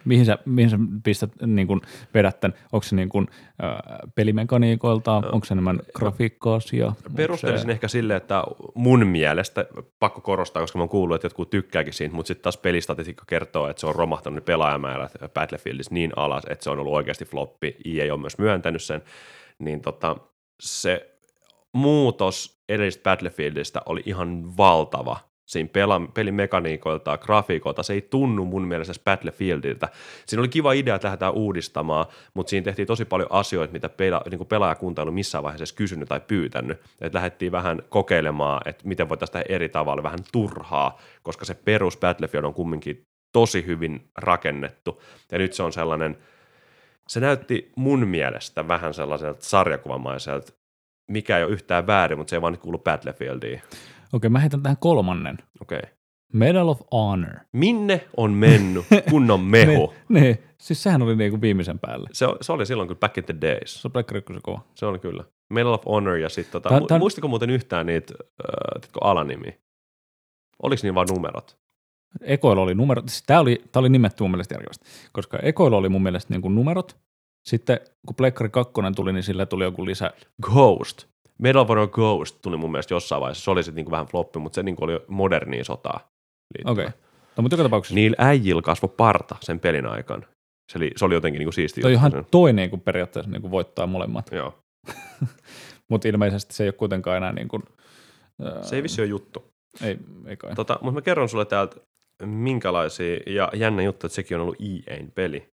Mihin sä pistät, niin kun vedät tämän? Onko se niin kun, pelimekaniikoilta, onko se enemmän grafiikka-asia? Perustelisin ehkä silleen, että mun mielestä, pakko korostaa, koska mä oon kuullut, että jotkut tykkääkin siitä, mutta sitten taas pelistatistiikka kertoo, että se on romahtanut ne pelaajamäärät Battlefieldissä niin alas, että se on ollut oikeasti floppi. EA on myös myöntänyt sen. Niin se muutos edellisestä Battlefieldistä oli ihan valtava. Siinä pelimekaniikoilta ja grafiikoilta se ei tunnu mun mielestä Battlefieldiltä. Siinä oli kiva idea, että lähdetään uudistamaan, mutta siinä tehtiin tosi paljon asioita, mitä niin pelaajakunta ei ollut missään vaiheessa edes kysynyt tai pyytänyt. Että lähdettiin vähän kokeilemaan, että miten voitaisiin tehdä eri tavalla, vähän turhaa, koska se perus Battlefield on kumminkin tosi hyvin rakennettu. Ja nyt se on sellainen, se näytti mun mielestä vähän sellaiselta sarjakuvamaiselta, mikä ei ole yhtään väärin, mutta se ei vaan kuulu Battlefieldiin. Okei, mä heitän tähän kolmannen. Okei. Medal of Honor. Minne on mennyt kunnon mehu? Niin, siis sehän oli niinku viimeisen päälle. Se oli silloin kyllä back in the days. Se on Black Ykkösen kova. Se oli kyllä. Medal of Honor ja sitten muistiko muuten yhtään niitä alanimiä? Oliko niin vaan numerot? Ekoilla oli numerot. Siis tää oli nimetty mun mielestä järkevästi, koska Ekoilla oli mun mielestä niinku numerot. Sitten kun Pleikkari 2 tuli, niin sillä tuli joku lisä. Ghost. Medal of Honor Ghost tuli mun mielestä jossain vaiheessa. Se oli sitten niinku vähän floppi, mutta se niinku oli modernia sotaa liittyvä. Okei. No, mutta joka tapauksessa. Niillä äijillä kasvoi parta sen pelin aikana. Se oli jotenkin niinku siistiä. Toi ihan toinen kuin periaatteessa niinku voittaa molemmat. Joo. Mutta ilmeisesti se ei ole kuitenkaan enää niin kuin, se ei vissi ole juttu. Ei kai. Mutta mä kerron sulle täältä minkälaisia, ja jännä juttu, että sekin on ollut EA:n peli.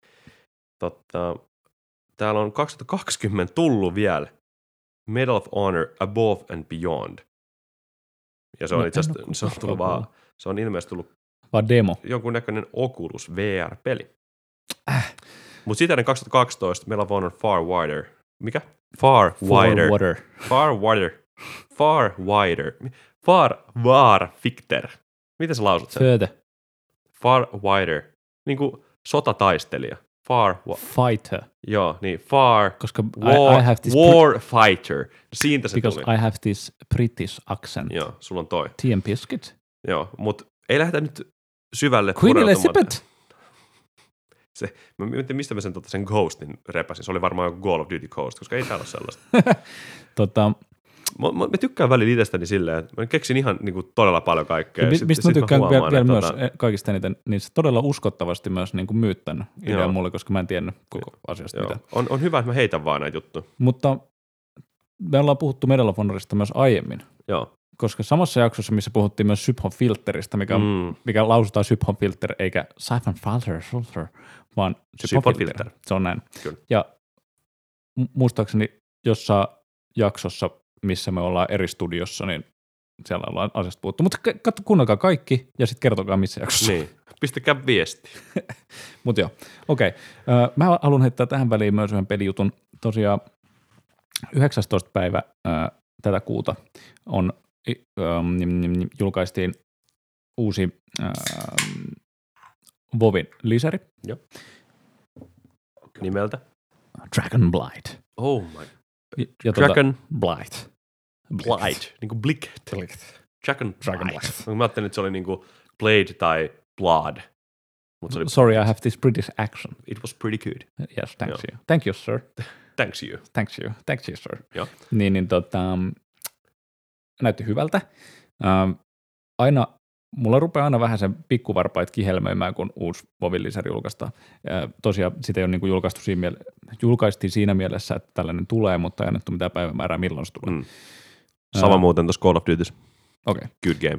Täällä on 2020 tullut vielä Medal of Honor Above and Beyond. Ja se on itse asiassa, se on ilmeisesti tullut vaan demo. Jonkunnäköinen Oculus VR-peli. Mutta sitten 2012 Medal of Honor Far Wider. Mikä? Far Fighter. Miten sä lausut sen? Far Wider. Niinku sotataistelija. Fighter. Joo, niin Far koska War Fighter. Siitä se because tuli. I have this British accent. Joo, sulla on toi. Tea and biscuit. Joo, mutta ei lähdetä nyt syvälle Queen Elizabeth. Mä mietin, mistä mä sen Ghostin repäsin. Se oli varmaan joku Call of Duty Ghost, koska ei täällä ole sellaista. Mä tykkään välillä itsestäni silleen, että mä keksin ihan niin kuin, todella paljon kaikkea. Mistä mä tykkään vielä myös kaikista eniten, niin se todella uskottavasti myös niin kuin myyt tämän idean mulle, koska mä en tiennyt koko asiasta mitään. On hyvä, että mä heitän vaan näitä juttuja. Mutta me ollaan puhuttu Medal of Honorista myös aiemmin. Joo. Koska samassa jaksossa, missä puhuttiin myös Syphon Filteristä, mikä lausutaan Syphon Filter, eikä Syphon Filter, vaan Syphon Filter. Se on näin. Kyllä. Ja muistaakseni jossain jaksossa, missä me ollaan eri studiossa, niin siellä ollaan asiasta puhuttu. Mutta kuunnelkaa kaikki ja sitten kertokaa missä jaksossa. Niin, pistäkää viesti. Mutta joo, okei. Mä haluan heittää tähän väliin myös yhden pelijutun. Tosiaan 19. päivä tätä kuuta julkaistiin uusi Vovin lisäri. Joo. Nimeltä? Dragon Blight. Oh my. Dragon Blight. Blight. Niin kuin Blight. Dragon Blight. Mä ajattelin, että se oli niin kuin Blade tai Blood. Sorry, I have this British accent. It was pretty good. Yes, thanks you. Thank you, sir. Thanks you, sir. Joo. Niin näytti hyvältä. Mulla rupeaa aina vähän sen pikkuvarpait kihelmöimään, kun uusi Vovin lisäri julkaistaan. Tosiaan sitä ei ole niin julkaistu julkaistiin siinä mielessä, että tällainen tulee, mutta ei annettu mitään päivämäärää, milloin se tulee. Sama muuten tuossa Call of Dutyssä. Okei. Good game.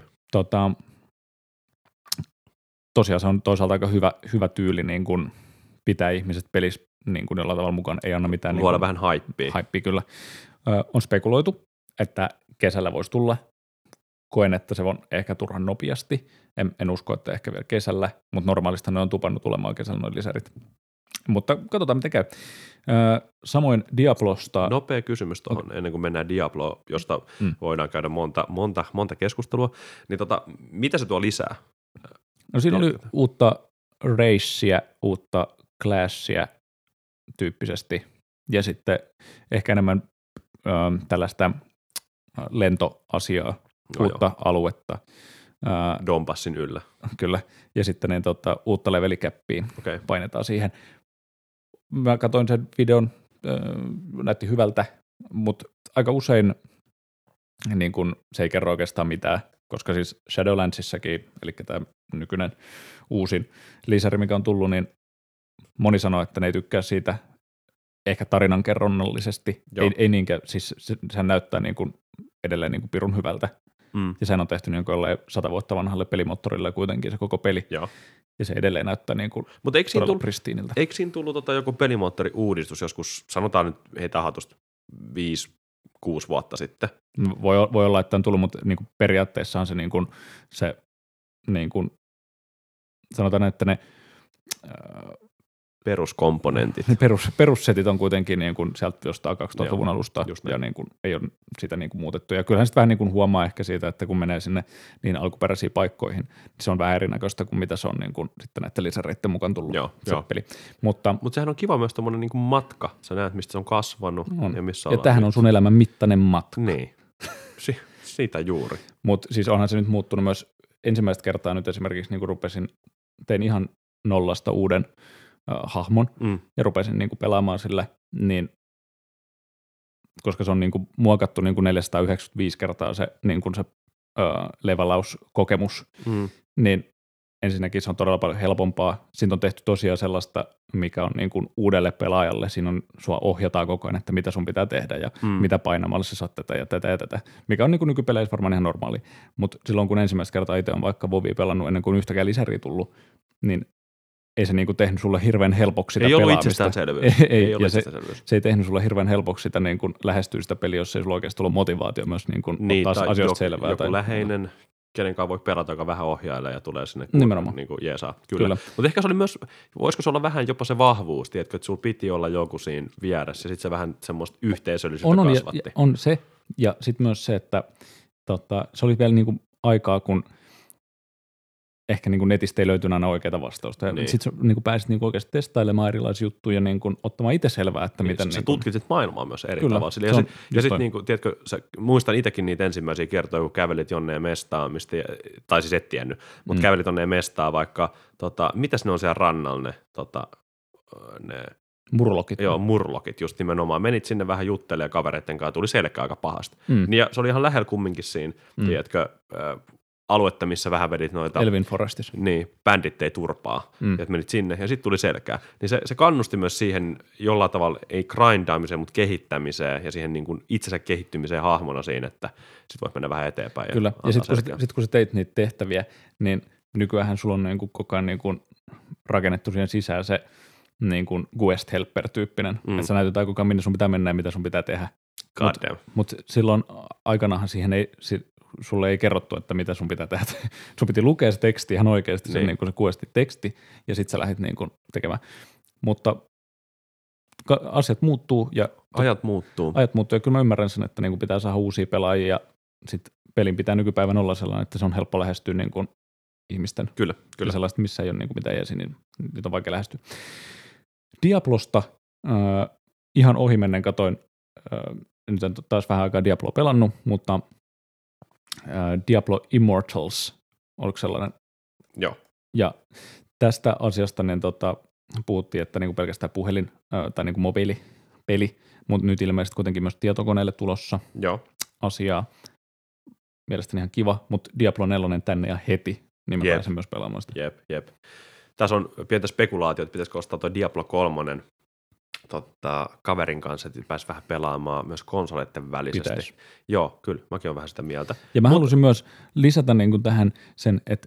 Tosiaan se on toisaalta aika hyvä tyyli niin kun pitää ihmiset pelissä niin kun jollain tavalla mukaan, ei anna mitään. Luoda vähän haippia. Haippia kyllä. On spekuloitu, että kesällä voisi tulla. Koen, että se on ehkä turhan nopeasti. En usko, että ehkä vielä kesällä, mutta normaalisti ne on tupannut tulemaan kesällä noin lisärit. Mutta katsotaan, miten käy. Samoin Diablosta. Nopea kysymys tuohon, ennen kuin mennään Diabloon, josta voidaan käydä monta keskustelua. Niin mitä se tuo lisää? No siinä oli uutta racea, uutta classia tyyppisesti ja sitten ehkä enemmän tällaista lentoasiaa, uutta aluetta. Donbassin yllä. Kyllä, ja sitten niin, uutta levelikäppiä painetaan siihen. Mä katsoin sen videon, näytti hyvältä, mutta aika usein niin kun se ei kerro oikeastaan mitään, koska siis Shadowlandsissakin, eli tämä nykyinen uusin lisäri, mikä on tullut, niin moni sanoo, että ne ei tykkää siitä ehkä tarinankerronnallisesti. Ei niinkään, siis sehän näyttää niin kuin edelleen niin kuin pirun hyvältä. Ja sehän on tehty niin kuin 100 vuotta vanhalle pelimoottorille kuitenkin se koko peli. Joo. Ja se edelleen näyttää niin kuin todella pristiiniltä. Eikö siinä tullut joku pelimoottori-uudistus joskus, sanotaan nyt heitä hatusta 5-6 vuotta sitten? Voi olla, että on tullut, mutta niin kuin periaatteessahan se, niin kuin, sanotaan, että ne peruskomponentit. Perussetit on kuitenkin niin kuin sieltä jostain 2000-luvun alusta ja niin kuin ei ole sitä niin kuin muutettu. Ja kyllähän sitten vähän niin kuin huomaa ehkä siitä, että kun menee sinne niin alkuperäisiin paikkoihin, niin se on vähän erinäköistä kuin mitä se on niin kuin sitten näiden lisäreiden mukaan tullut peli. Mutta sehän on kiva myös tommoinen niin kuin matka. Sä näet, mistä se on kasvanut ja missä ja tämähän on sun elämän mittainen matka. Niin, siitä juuri. Mutta siis onhan se nyt muuttunut myös ensimmäistä kertaa nyt esimerkiksi niin kuin tein ihan nollasta uuden hahmon ja rupesin niin kuin pelaamaan sillä, niin, koska se on niin kuin muokattu niin kuin 495 kertaa se, niin kuin se levelauskokemus, niin ensinnäkin se on todella paljon helpompaa. Siitä on tehty tosiaan sellaista, mikä on niin kuin uudelle pelaajalle. Siinä on, sua ohjataan koko ajan, että mitä sun pitää tehdä ja mitä painamalla sä saat tätä ja tätä ja tätä, mikä on niin kuin nykypeleissä varmaan ihan normaali. Mutta silloin kun ensimmäistä kertaa itse on vaikka WoWia pelannut ennen kuin yhtäkään lisäriä tullut, niin ei se niinku tehnyt sulle hirveän helpoksi sitä pelaamista. Ei ollut itsestäänselvyys. Se ei tehnyt sulle hirveän helpoksi sitä niin kuin lähestyä sitä peliä, jos ei sulla oikeasti ollut motivaatio myös niin kuin ottaa asioista selvää. Joku läheinen, kenen kanssa voi pelata, joka vähän ohjailee ja tulee sinne niin kuin jeesaa. Kyllä. Mutta ehkä se oli myös, voisiko se olla vähän jopa se vahvuus, tiedätkö, että sulla piti olla joku siinä vieressä ja sitten se vähän semmoista yhteisöllisyyttä kasvatti. On se, ja sitten myös se, että se oli vielä niin kuin aikaa, kun ehkä niin kuin netistä ei löytynyt aina oikeita vastausta. Niin. Sitten niin pääsit niin oikeasti testailemaan erilaisia juttuja ja niin kuin ottamaan itse selvää, että miten... Sä tutkit maailmaa myös eri tavalla. Ja sitten niin tiedätkö, muistan itsekin niitä ensimmäisiä kertoja, kun kävelit jonneen mestaan, tai siis et tiennyt, mutta kävelit onneen mestaan vaikka, mitäs ne on siellä rannalla ne murlokit. Joo, murlokit just nimenomaan. Menit sinne vähän juttelemaan kavereiden kanssa, tuli selkä aika pahasti. Ja se oli ihan lähellä kumminkin siinä, tiedätkö, aluetta, missä vähän vedit noita... Elvin Forestissa. Niin, bändit ei turpaa. Ja menit sinne ja sitten tuli selkää. Niin se kannusti myös siihen jollain tavalla, ei grindaamiseen, mutta kehittämiseen ja siihen niin kuin itsensä kehittymiseen hahmona siinä, että sit voit mennä vähän eteenpäin. Kyllä, ja sitten kun sä teit niitä tehtäviä, niin nykyään sulla on niin kuin koko ajan niin kuin rakennettu siihen sisään se niin kuin Quest Helper-tyyppinen, että sä näytetään kukaan minne sun pitää mennä ja mitä sun pitää tehdä. Mutta silloin aikanahan siihen ei... Sulle ei kerrottu, että mitä sun pitää tehdä. Sun piti lukea se teksti ihan oikeasti, sen, niin kuin se Quest-teksti, ja sitten sä lähdit niin kuin tekemään. Mutta asiat muuttuu. Ja Ajat muuttuu, ja kyllä mä ymmärrän sen, että niin kuin pitää saada uusia pelaajia, ja sitten pelin pitää nykypäivän olla sellainen, että se on helppo lähestyä niin kuin ihmisten. Kyllä. Ja sellaista, missä ei ole niin kuin mitään jäsiä, niin nyt on vaikea lähestyä. Diablosta ihan ohimennen katoin, nyt en taas vähän aikaa Diabloa pelannut, mutta Diablo Immortals, oliko sellainen? Joo. Ja tästä asiasta niin puhuttiin, että niinku pelkästään puhelin tai niinku mobiilipeli, mutta nyt ilmeisesti kuitenkin myös tietokoneelle tulossa asiaa. Mielestäni ihan kiva, mutta Diablo 4 tänne ja heti, niin mä pääsen myös pelaamaan sitä. Jep. Tässä on pientä spekulaatiota, että pitäisikö ostaa tuo Diablo 3 kaverin kanssa, että pääsi vähän pelaamaan myös konsoleiden välisesti. Pitäisi. Joo, kyllä, mäkin olen vähän sitä mieltä. Ja mä halusin myös lisätä niin kuin tähän sen, että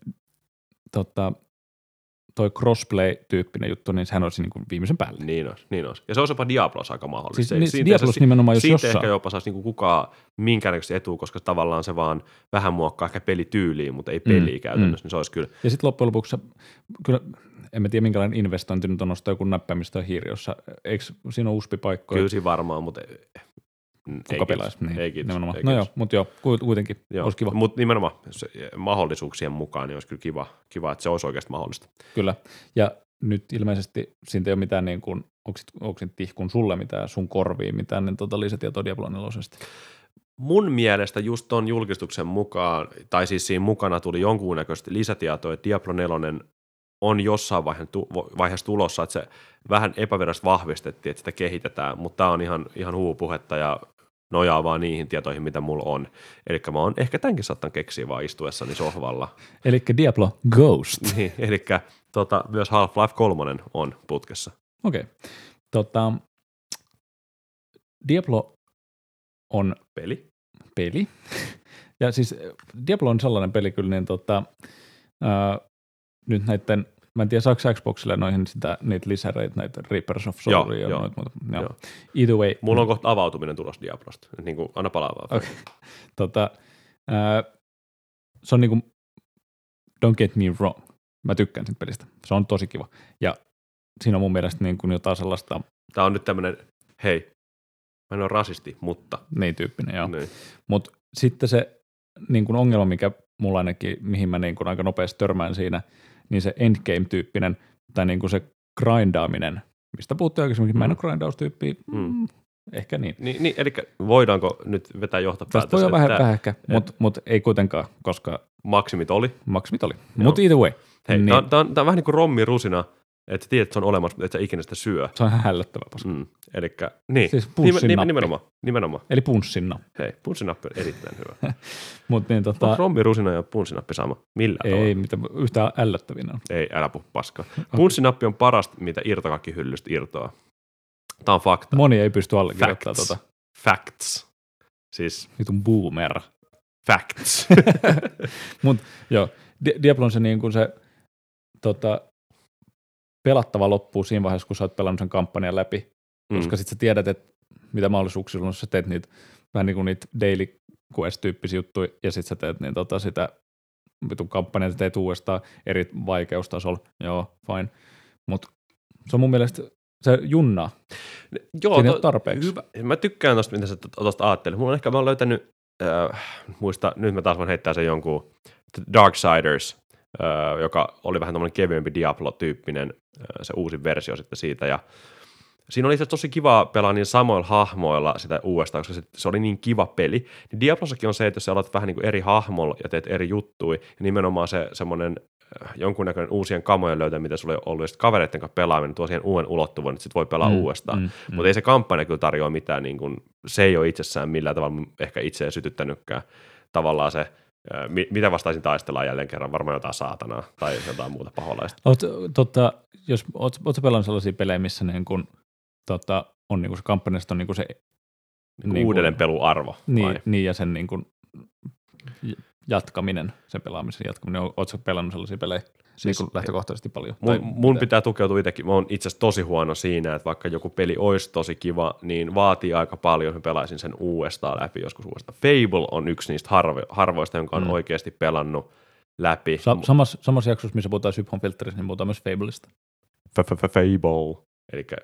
toi crossplay-tyyppinen juttu, niin sehän olisi niin kuin viimeisen päälle. Niin olisi. Ja se olisi jopa Diablos aika mahdollista. Siis Diablos nimenomaan, jos jossain. Siitä ehkä jopa saisi niin kukaan minkäännäköistä etua, koska tavallaan se vaan vähän muokkaa ehkä pelityyliin, mutta ei peliä käytännössä, niin se olisi kyllä. Ja sitten loppujen lopuksi kyllä, en mä tiedä minkälainen investointi nyt on ostaa joku näppäimistö hiiri, jossa, eikö siinä ole USB-paikkoja? Kyllä siinä varmaan, mutta kuka pelaisi? Niin. Ei kiitos. No joo, mutta kuitenkin olisi kiva. Mutta nimenomaan mahdollisuuksien mukaan niin olisi kyllä kiva, että se olisi oikeasti mahdollista. Kyllä, ja nyt ilmeisesti siitä ei ole mitään, niin kuin, onko tihkun sulle mitään sun korviin, mitään niin lisätietoa Diablo 4:stä? mun mielestä just ton julkistuksen mukaan, tai siis siinä mukana tuli jonkunnäköistä lisätietoa, että Diablo 4 on jossain vaiheessa tulossa, että se vähän epävirallisesti vahvistettiin, että sitä kehitetään, mutta tämä on ihan huupuhetta ja nojaa vaan niihin tietoihin, mitä mulla on. Eli mä oon ehkä tämänkin saattanut keksiä vaan istuessani sohvalla. Eli Diablo Ghost. Niin, eli myös Half-Life 3 on putkessa. Okei. Diablo on peli. Ja siis Diablo on sellainen peli kyllä, niin nyt näiden, mä en tiedä saako Xboxille noihin niitä lisäreitä, näitä Reapers of Soulia ja noita muuta. Joo. Either way. Mulla on kohta avautuminen tulossa Diablosta, niin kuin anna palaa vaan. Okay. Se on niinku, don't get me wrong, mä tykkään siitä pelistä, se on tosi kiva. Ja siinä on mun mielestä niin kuin jotain sellaista. Tää on nyt tämmönen, hei, mä en ole rasisti, mutta. Niin tyyppinen, joo. Niin. Mutta sitten se niin kuin ongelma, mikä mulla ainakin, mihin mä niin kuin aika nopeasti törmään siinä, niin se endgame-tyyppinen, tai niin kuin se grindaaminen, mistä puhuttiin aikaisemmin, mä en ole grindaustyyppiä, ehkä niin. Niin, eli voidaanko nyt vetää johtopäätös? Tästä voi olla vähän ehkä, mutta ei kuitenkaan, koska. Maksimit oli. Mutta either way. Hei, niin. Tää on vähän niin kuin rommirusina, että tiedät, että se on olemassa, mutta et sä ikinä sitä syö. Se on ihan hällöttävä paska. Elikkä, niin. Siis nimenomaan. Eli punssinappi. Hei, punssinappi on erittäin hyvä. Mut niin, on rommirusina ja punssinappi sama? Millä tavalla? Ei, mitä yhtään ällöttävinä on. Ei, älä puhu paskaa. Punssinappi on parasta, mitä irtokakkihyllystä irtoaa. Tää on fakta. Moni ei pysty allekirjoittamaan Facts. Siis. Vitun boomer. Facts. Mut joo, Diablo on se niin kuin se pelattava loppuu siinä vaiheessa, kun sä oot pelannut sen kampanjan läpi, koska sit sä tiedät, että mitä mahdollisuuksia sulla on, sä teet niitä vähän niin kuin niitä daily quest-tyyppisiä juttuja, ja sit sä teet niin sitä vitun kampanjaa, sä teet uudestaan eri vaikeustasolla, joo, fine, mutta se on mun mielestä se junnaa. Joo, tarpeeksi. Hyvä. Mä tykkään tosta, mitä sä tosta ajattelit. Mulla on ehkä, mä oon löytänyt, muista, nyt mä taas voin heittää sen jonkun Darksiders, joka oli vähän tommoinen kevyempi Diablo-tyyppinen, se uusi versio sitten siitä, ja siinä oli itse tosi kiva pelaa niin samoilla hahmoilla sitä uudestaan, koska se oli niin kiva peli. Niin Diablossakin on se, että jos sä aloitat vähän niin kuin eri hahmolla ja teet eri juttuja, ja nimenomaan se semmoinen jonkunnäköinen uusien kamojen löytä, mitä sulla ei ollut, ja sitten kavereiden kanssa pelaaminen tuo siihen uuden ulottuvuuden, että sit voi pelaa uudestaan. Mutta ei se kampanja kyllä tarjoa mitään, niin kuin, se ei ole itsessään millään tavalla ehkä itseä sytyttänytkään tavallaan se, mitä vastaisin taistellaan jälleen kerran, varmaan jotain saatanaa tai jotain muuta paholaista. Jos ootko pelannut sellaisia pelejä, missä niin kun, on niin kun se kampanjasta on niin kun se niin uudelleenpeluarvo. Niin, ja sen niin kun jatkaminen, sen pelaamisen jatkaminen. Ootko pelannut sellaisia pelejä siis, niin lähtökohtaisesti paljon? Mun pitää tukeutua itsekin. Mä oon itse asiassa tosi huono siinä, että vaikka joku peli olisi tosi kiva, niin vaatii aika paljon, että mä pelaisin sen uudestaan läpi joskus uudestaan. Fable on yksi niistä harvoista, jonka on oikeasti pelannut läpi. Samassa jaksossa, missä puhutaan Syphon filteristä, niin puhutaan myös Fableista. Fable. Elikkä,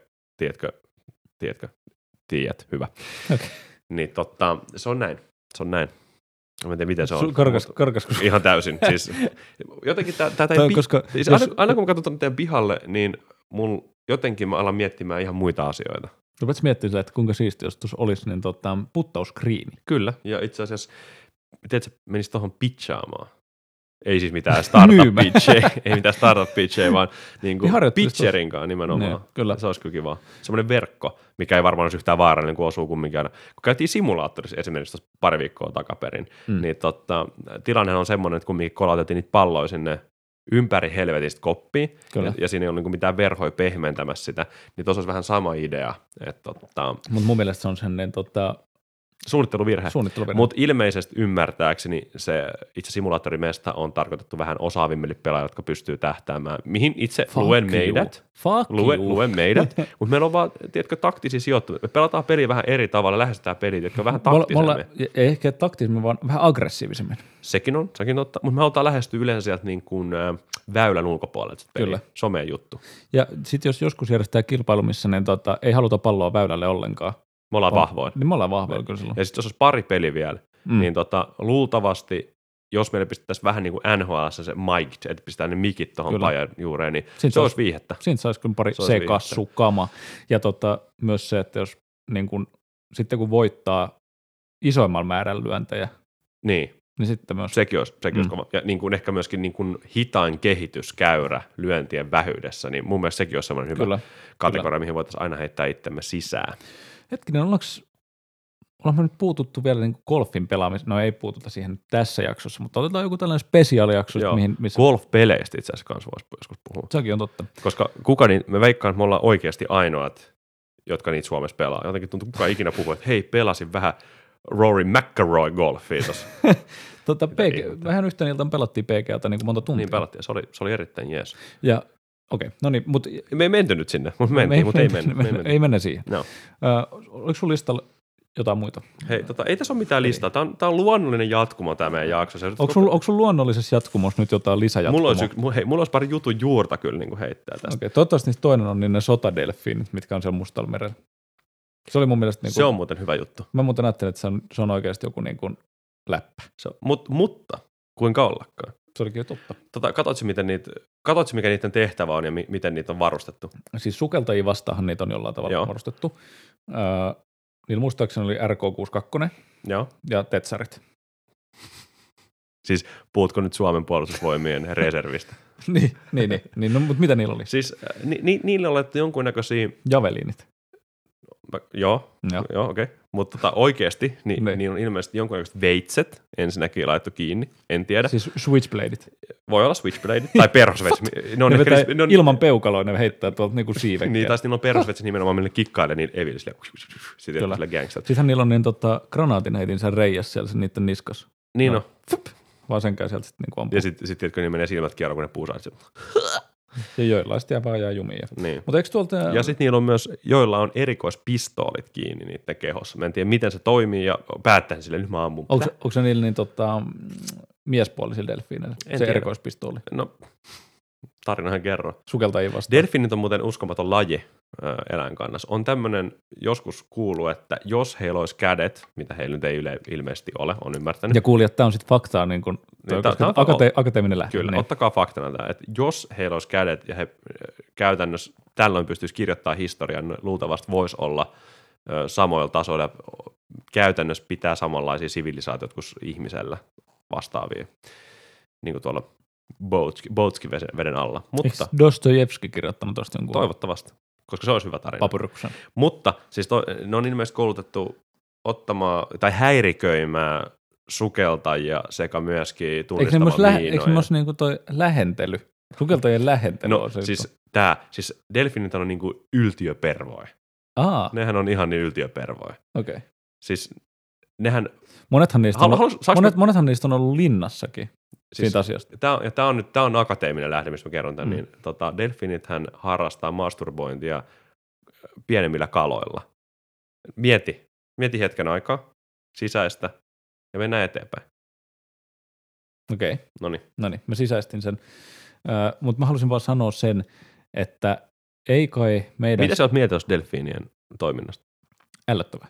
tiedät, hyvä. Okay. Niin se on näin. Mä en tiedä, miten se on. Karkas. Ihan täysin. Siis, jotenkin aina kun mä katson teidän pihalle, niin jotenkin mä alan miettimään ihan muita asioita. Rupeatko miettimään, että kuinka siistiä, jos tuossa olisi niin puttauskriini? Kyllä, ja itse asiassa, tiedätkö, menisi tuohon pitchaamaan. Ei siis mitään startup-pitchejä, vaan niin kuin pitcherinkaan nimenomaan. Kyllä. Se olisi kyllä kiva. Semmoinen verkko, mikä ei varmaan olisi yhtään vaarallinen, kun osuu kumminkin aina. Kun käytiin simulaattorissa esimerkiksi pari viikkoa takaperin, niin tilanne on semmoinen, että kumminkin kolautettiin niitä palloja sinne ympäri helvetistä koppiin, ja siinä ei ole niin kuin mitään verhoja pehmentämässä sitä, niin tuossa olisi vähän sama idea. Mutta mun mielestä se on sellainen Suunnitteluvirhe. Mutta ilmeisesti ymmärtääkseni se itse simulaattorimesta on tarkoitettu vähän osaavimmille pelaajille, jotka pystyy tähtäämään, mihin itse luen meidät, mutta meillä on vaan, tiedätkö, taktisia sijoittumia. Me pelataan peliä vähän eri tavalla, lähestytään peliä, jotka vähän taktisemmin. Ei ehkä taktisemmin, vaan vähän aggressiivisemmin. Sekin on totta, mutta me halutaan lähestyä yleensä sieltä niin kuin väylän ulkopuolelta. Kyllä. Someen juttu. Ja sitten jos joskus järjestää kilpailu, missä niin ei haluta palloa väylälle ollenkaan, me ollaan vahvoin. Niin me ollaan vahvoin kyllä silloin. Ja sitten jos olisi pari peli vielä, niin luultavasti, jos meille pistettäisiin vähän niin kuin NHL:ssä se mic, että pistetään ne mikit tuohon pajan juureen, niin se olisi viihettä. Siinä saisi kyllä pari C-kassukamaa. Ja myös se, että jos niin kun, sitten kun voittaa isoimmalla määrällä lyöntejä, Niin, niin sitten myös. sekin olisi kova. Ja niin kuin ehkä myöskin niin kuin hitain kehityskäyrä lyöntien vähyydessä, niin mun mielestä sekin olisi sellainen hyvä kategoria, mihin voitaisiin aina heittää itsemme sisään. Hetkinen, ollaan me nyt puututtu vielä niin kuin golfin pelaamiseen? No ei puututa siihen tässä jaksossa, mutta otetaan joku tällainen spesiaalijakso. Missä... Golf-peleistä itse asiassa kanssa voisi joskus puhua. Sekin on totta. Koska me veikkaan, että me ollaan oikeasti ainoat, jotka niitä Suomessa pelaa. Jotenkin tuntuu, kukaan ikinä puhuu, että hei, pelasin vähän Rory McIlroy golfia tuossa. Vähän yhtenä iltaan pelattiin PGAta niin kuin monta tuntia. Niin pelattiin, se oli erittäin jees. Ja okei, no niin, mutta... Me ei menty nyt sinne, mutta ei mennä siihen. No. Oliko sun listalla jotain muita? Hei, ei tässä ole mitään listaa. Tämä on luonnollinen jatkumo tämä meidän jakso. Onko sun luonnollisessa jatkumossa nyt jotain lisäjatkumoa? Mulla olisi pari jutun juurta kyllä niin kuin heittää tästä. Okei, toivottavasti niistä toinen on niin ne sotadelfiinit, mitkä on siellä Mustalla merellä. Se oli mun mielestä... Niin kuin, se on muuten hyvä juttu. Mä muuten ajattelin, että se on oikeasti joku niin kuin läppä. Mutta kuinka ollakaan. Se olikin jo totta. Katsotko, mikä niiden tehtävä on ja miten niitä on varustettu? Siis sukeltajia vastaahan niitä on jollain tavalla varustettu. Niillä muistaakseni oli RK-62 ja tetsarit. Siis puhutko nyt Suomen puolustusvoimien reservistä? niin. No, mutta mitä niillä oli? Siis niillä oli jonkunnäköisiä... Javelinit. Joo, okei. Mutta oikeasti niin on ilmeisesti jonkunnäköiset veitset ensinnäkin laittu kiinni, en tiedä. Siis switchbladeit. Voi olla switchbladeit tai perhosvetsi. Ne ilman peukaloa ne heittää tuolta niinku siivekkeä. Niin, taas niillä on perhosvetsi nimenomaan, millä kikkailee niin evillisille. Sitten sillä gangstat. Sittenhän niillä on niin granaatin heitin sen reijäs siellä niiden niskas. Niin no. Vaan sen käy sieltä sitten niinku ampuu. Ja sitten kun ne menee silmät kierroon, kun ne puusaat. Ja joillaista vaan jää jumiin. Niin. Mutta eikö tuolta... Ja sitten niillä on myös, joilla on erikoispistoolit kiinni niiden kehossa. Mä en tiedä, miten se toimii ja päättäisin sille, nyt mä ammun. Onko se niillä niin miespuolisilla delfiineillä, se erikoispistooli? No, tarinahan kerro. Sukeltajia vastaan. Delfiinit on muuten uskomaton laji eläinkannassa. On tämmöinen, joskus kuuluu, että jos heillä olisi kädet, mitä heillä nyt ei ilmeisesti ole, on ymmärtänyt. Ja kuulijat, tämä on sitten faktaa, niin kuin akateeminen lähtö. Kyllä, ottakaa faktana tämä, että jos heillä olisi kädet ja he käytännössä tällöin pystyisi kirjoittamaan historian, luultavasti voisi olla samoilla tasoilla, käytännössä pitää samanlaisia sivilisaatioita kuin ihmisellä vastaavia, niin kuin tuolla Boatskin veden alla. Mutta, eikö Dostojevski kirjoittanut tuosta jonkun? Toivottavasti, koska se olisi hyvä tarina. Papyruksen. Mutta siis ne on ilmeisesti koulutettu ottamaan tai häiriköimään sukeltajia sekä myöskin tunnistamaan miinoja. Eikö myös niinku toi lähentely? Sukeltajien lähentely no, on se. Siis delfinit on niinku yltiöpervoja. Nehän on ihan niin yltiöpervoja. Okei. Siis nehän... Monethan niistä on ollut linnassakin. Siitä asiasta. Tämä on akateeminen lähde, mistä mä kerron tämän. Niin, delfinithän harrastaa masturbointia pienemmillä kaloilla. Mieti hetken aikaa sisäistä ja mennään eteenpäin. Okei. Noniin. Mä sisäistin sen. Mutta mä halusin vaan sanoa sen, että ei kai meidän... Mitä sä oot mieltä delfiinien toiminnasta? Ällöttävää.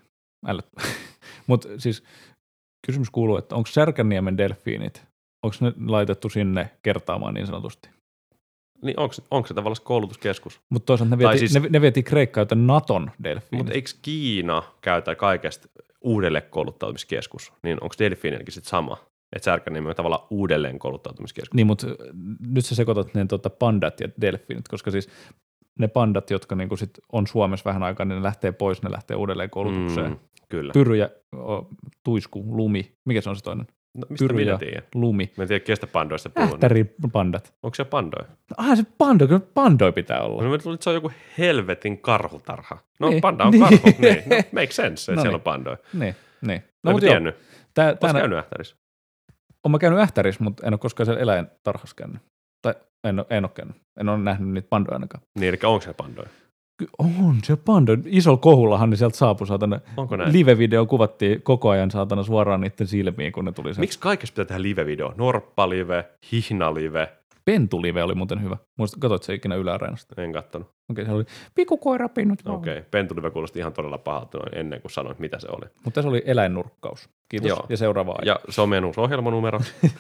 Mutta siis kysymys kuuluu, että onko Särkänniemen delfiinit, onko ne laitettu sinne kertaamaan niin sanotusti? Niin onko se tavallaan koulutuskeskus? Mutta toisaalta ne vietiin Kreikkaan, joten Naton delfiinit. Mutta eikö Kiina käytä kaikesta uudelleen kouluttautumiskeskus? Niin onko delfiinilläkin sitten sama? Että Särkänniemi on tavallaan uudelleen kouluttautumiskeskus. Niin, mutta nyt sä sekoitat ne pandat ja delfiinit, koska siis ne pandat, jotka niinku sit on Suomessa vähän aikaa, niin ne lähtee pois, ne lähtee uudelleen koulutukseen. Kyllä. Pyry ja tuisku, lumi. Mikä se on se toinen? No, mistä Pyry ja tiedän? lumi. Mä en tiedä, kestä pandoista puhuu. Ähtäripandat. Onko se pandoja? Se pando, kyllä pandoi pitää olla. No mä tulin, että se on joku helvetin karhutarha. No niin. panda on karhu, niin. No, make sense, että siellä on pandoja. Niin. No, mutta tiennyt. Oletko käynyt Ähtärissä? Olen käynyt Ähtärissä, mutta en ole koskaan siellä eläintarhassa käynyt. Tai en ole käynyt. En ole nähnyt niitä pandoja ainakaan. Niin, eli onko se pandoja? On se pandoja. Isolla kohullahan ne sieltä saapui, saatana. Onko näin? Live-video kuvattiin koko ajan saatana suoraan niiden silmiin, kun ne tuli. Miksi kaikessa pitää tehdä live-video? Norppa-live, hihna-live. Pentulive oli muuten hyvä. Katsoit se ikinä Yle-Areenasta? En kattonut. Okei, se oli pikkukoira pinnut. Okei, pentulive kuulosti ihan todella pahalta ennen kuin sanoit, mitä se oli. Mutta se oli eläinnurkkaus. Kiitos. Joo. Ja seuraava aika. Ja se on meidän uusi ohjelmanumero.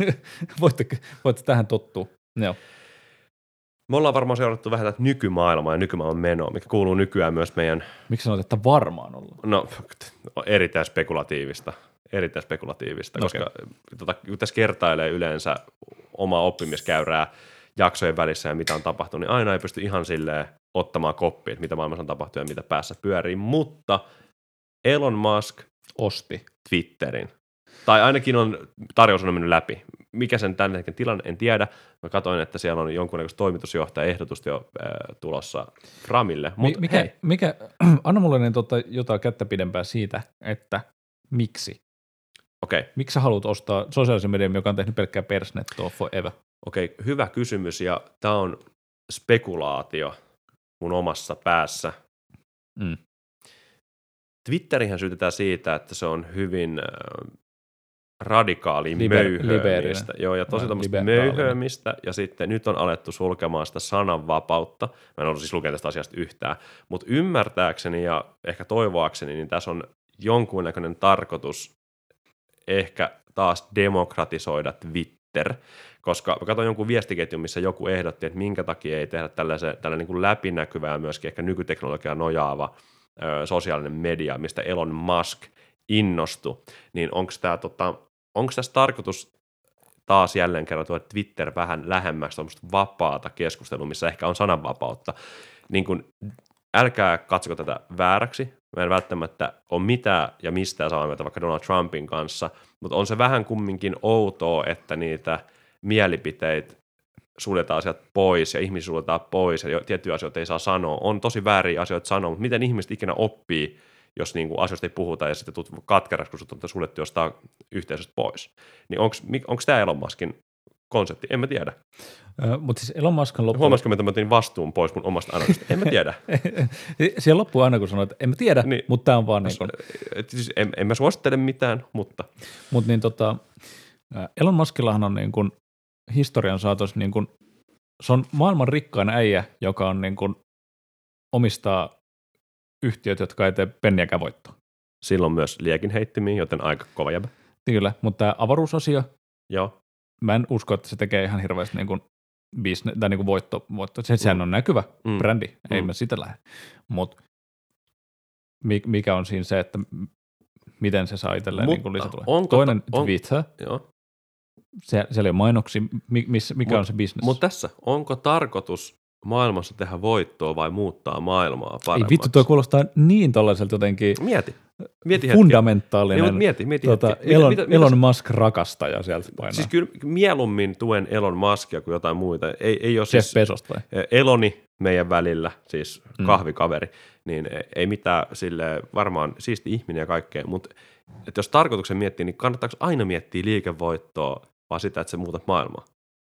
voitte tähän tottua. Joo. Me ollaan varmaan seurattu vähän tätä nykymaailmaa ja nykymaailman menoa, mikä kuuluu nykyään myös meidän... Miksi sanoit, että varmaan ollaan? No, erittäin spekulatiivista. erittäin spekulatiivista, koska tässä kertailee yleensä omaa oppimiskäyrää jaksojen välissä ja mitä on tapahtunut, niin aina ei pysty ihan silleen ottamaan koppia, että mitä maailmassa on tapahtunut ja mitä päässä pyörii, mutta Elon Musk osti Twitterin. Tai ainakin tarjous on mennyt läpi. Mikä sen tämän hetken tilanne, en tiedä. Mä katsoin, että siellä on jonkunnäköistä toimitusjohtajaehdotusta jo tulossa Framille. Anna mulle niin jotain kättä pidempää siitä, että miksi? Okay. Miksi sä haluat ostaa sosiaalisen median, joka on tehnyt pelkkää persnettoa forever? Okei, hyvä kysymys, ja tämä on spekulaatio mun omassa päässä. Twitterihän syytetään siitä, että se on hyvin radikaali möyhöömistä. Joo, ja tosi tämmöistä möyhöömistä, ja sitten nyt on alettu sulkemaan sitä sananvapautta. Mä en ollut siis lukenut tästä asiasta yhtään, mutta ymmärtääkseni ja ehkä toivoakseni, niin tässä on jonkunnäköinen tarkoitus ehkä taas demokratisoida Twitter, koska mä katsoin jonkun viestiketjun, missä joku ehdotti, että minkä takia ei tehdä tällainen niin kuin läpinäkyvä ja myöskin ehkä nykyteknologiaan nojaava sosiaalinen media, mistä Elon Musk innostui, niin onko tässä tarkoitus taas jälleen kerran tuoda Twitter vähän lähemmäksi tuommoista vapaata keskustelua, missä ehkä on sananvapautta. Niin kun, älkää katsoko tätä vääräksi, mä en välttämättä ole mitään ja mistään samaa mieltä vaikka Donald Trumpin kanssa, mutta on se vähän kumminkin outoa, että niitä mielipiteitä suljetaan sieltä pois ja ihmisiä suljetaan pois ja tiettyjä asioita ei saa sanoa. On tosi vääriä asioita sanoa, mutta miten ihmiset ikinä oppii, jos niinku asioista ei puhuta ja sitten tulet katkeraksi, kun sut on suljettu jostain yhteisöstä pois. Niin onko tämä Elon Muskin konsepti? En mä tiedä. Mutta siis Elon Muskin loppuun... Huomasiko, että mä otin vastuun pois mun omasta analyysistä? En mä tiedä. Siellä loppuu aina, kun sanoit, että en mä tiedä, niin, mutta tämä on vaan niin kuin... Siis en mä suosittele mitään, mutta... Mutta niin Elon Muskillahan on niin kuin historian saatossa niin kuin, se on maailman rikkain äijä, joka on niin kuin omistaa yhtiöt, jotka ei tee penniäkään voittoa. Silloin myös liekinheittimiä, joten aika kova jäbä. Kyllä, mutta tämä avaruusosio, joo. Mä en usko, että se tekee ihan hirveästi niin kuin tai niin kuin voitto. Sehän on näkyvä brändi, ei me sitä lähde. Mutta mikä on siinä se, että miten se saa itselleen niin lisätuloja? Toinen Twitter, siellä on mainoksia, mikä on se business. Mutta tässä, onko tarkoitus maailmassa tehdä voittoa vai muuttaa maailmaa paremmaksi? Ei vittu, tuo kuulostaa niin tollaiselta jotenkin mieti fundamentaalinen mieti Elon Musk rakastaja sieltä painaa. Siis kyllä mieluummin tuen Elon Muskia kuin jotain muita. Ei ole Jeff siis Bezosta vai? Eloni meidän välillä, siis kahvikaveri, niin ei mitään sille varmaan siisti ihminen ja kaikkea, mutta että jos tarkoituksen miettii, niin kannattaako aina miettiä liikevoittoa vaan sitä, että se muutat maailmaa?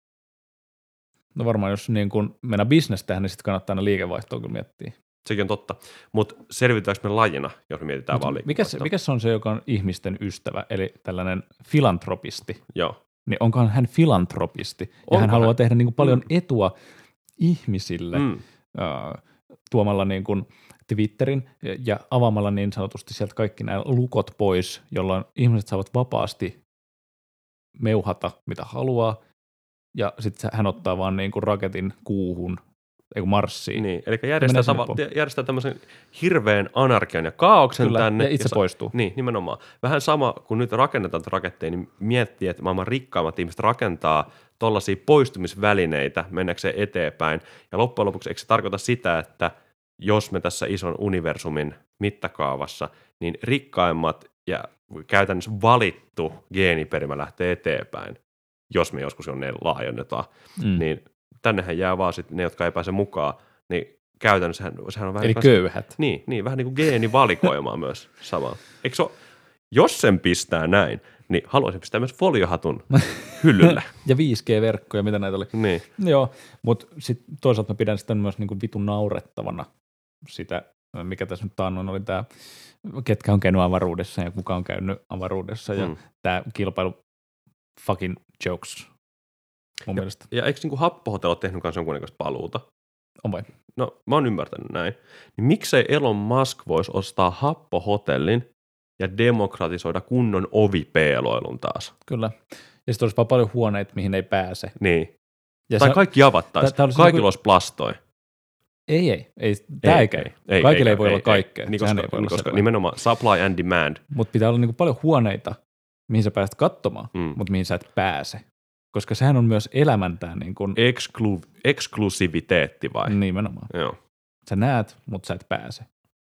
No varmaan, jos niin kun mennään business tähän, niin sitten kannattaa aina liikevaihtoa kyllä miettiä. Sekin on totta, mutta selvitäänkö me lajina, jos me mietitään vaan liikevaihtoa? Mikä se on se, joka on ihmisten ystävä, eli tällainen filantropisti? Joo. Niin onkohan hän filantropisti, ja hän haluaa tehdä niin kuin paljon etua ihmisille tuomalla niin kuin Twitterin ja avaamalla niin sanotusti sieltä kaikki nämä lukot pois, jolloin ihmiset saavat vapaasti meuhata mitä haluaa, ja sitten hän ottaa vaan niin kuin raketin kuuhun, ei kun Marsiin. Niin, eli järjestää tämmöisen hirveän anarkian ja kaaoksen kyllä, tänne. Ja itse poistuu. Niin, nimenomaan. Vähän sama, kun nyt rakennetaan raketteja, niin miettii, että maailman rikkaimmat ihmiset rakentaa tollaisia poistumisvälineitä mennäkseen eteenpäin. Ja loppujen lopuksi eikö se tarkoita sitä, että jos me tässä ison universumin mittakaavassa, niin rikkaimmat ja käytännössä valittu geeniperimä lähtee eteenpäin, jos me joskus jonne laajennetaan, niin tännehän jää vaan sitten ne, jotka ei pääse mukaan, niin käytännössä sehän on vähän... Eli köyhät. Niin, vähän niin kuin geenivalikoimaa myös samaa. Eikö se ole, jos sen pistää näin, niin haluaisin pistää myös foliohatun hyllylle. Ja 5G-verkkoja, mitä näitä oli. Niin. Joo, mutta sitten toisaalta mä pidän sitä myös niin kuin vitun naurettavana sitä, mikä tässä nyt taannoin oli tämä, ketkä on käynyt avaruudessa ja kuka on käynyt avaruudessa ja tämä kilpailu fucking jokes mun mielestä. Ja eikö niin kuin Happo-Hotel ole tehnyt kanssa jonkunnäköistä paluuta? On vai? No, mä oon ymmärtänyt näin. Niin miksei Elon Musk voisi ostaa Happo-Hotellin ja demokratisoida kunnon ovipeeloilun taas? Kyllä. Ja sitten olisi vaan paljon huoneita, mihin ei pääse. Niin. Ja tai kaikki avattaisiin. Kaikilla olisi plastoja. Ei. Tämä ei käy. Kaikille ei voi olla kaikkea. Koska nimenomaan supply and demand. Mutta pitää olla niinku paljon huoneita, mihin sä pääset katsomaan, mutta mihin sä et pääse. Koska sehän on myös elämäntään niin kuin... Eksklusiviteetti vai? Nimenomaan. Joo. Sä näet, mutta sä et pääse.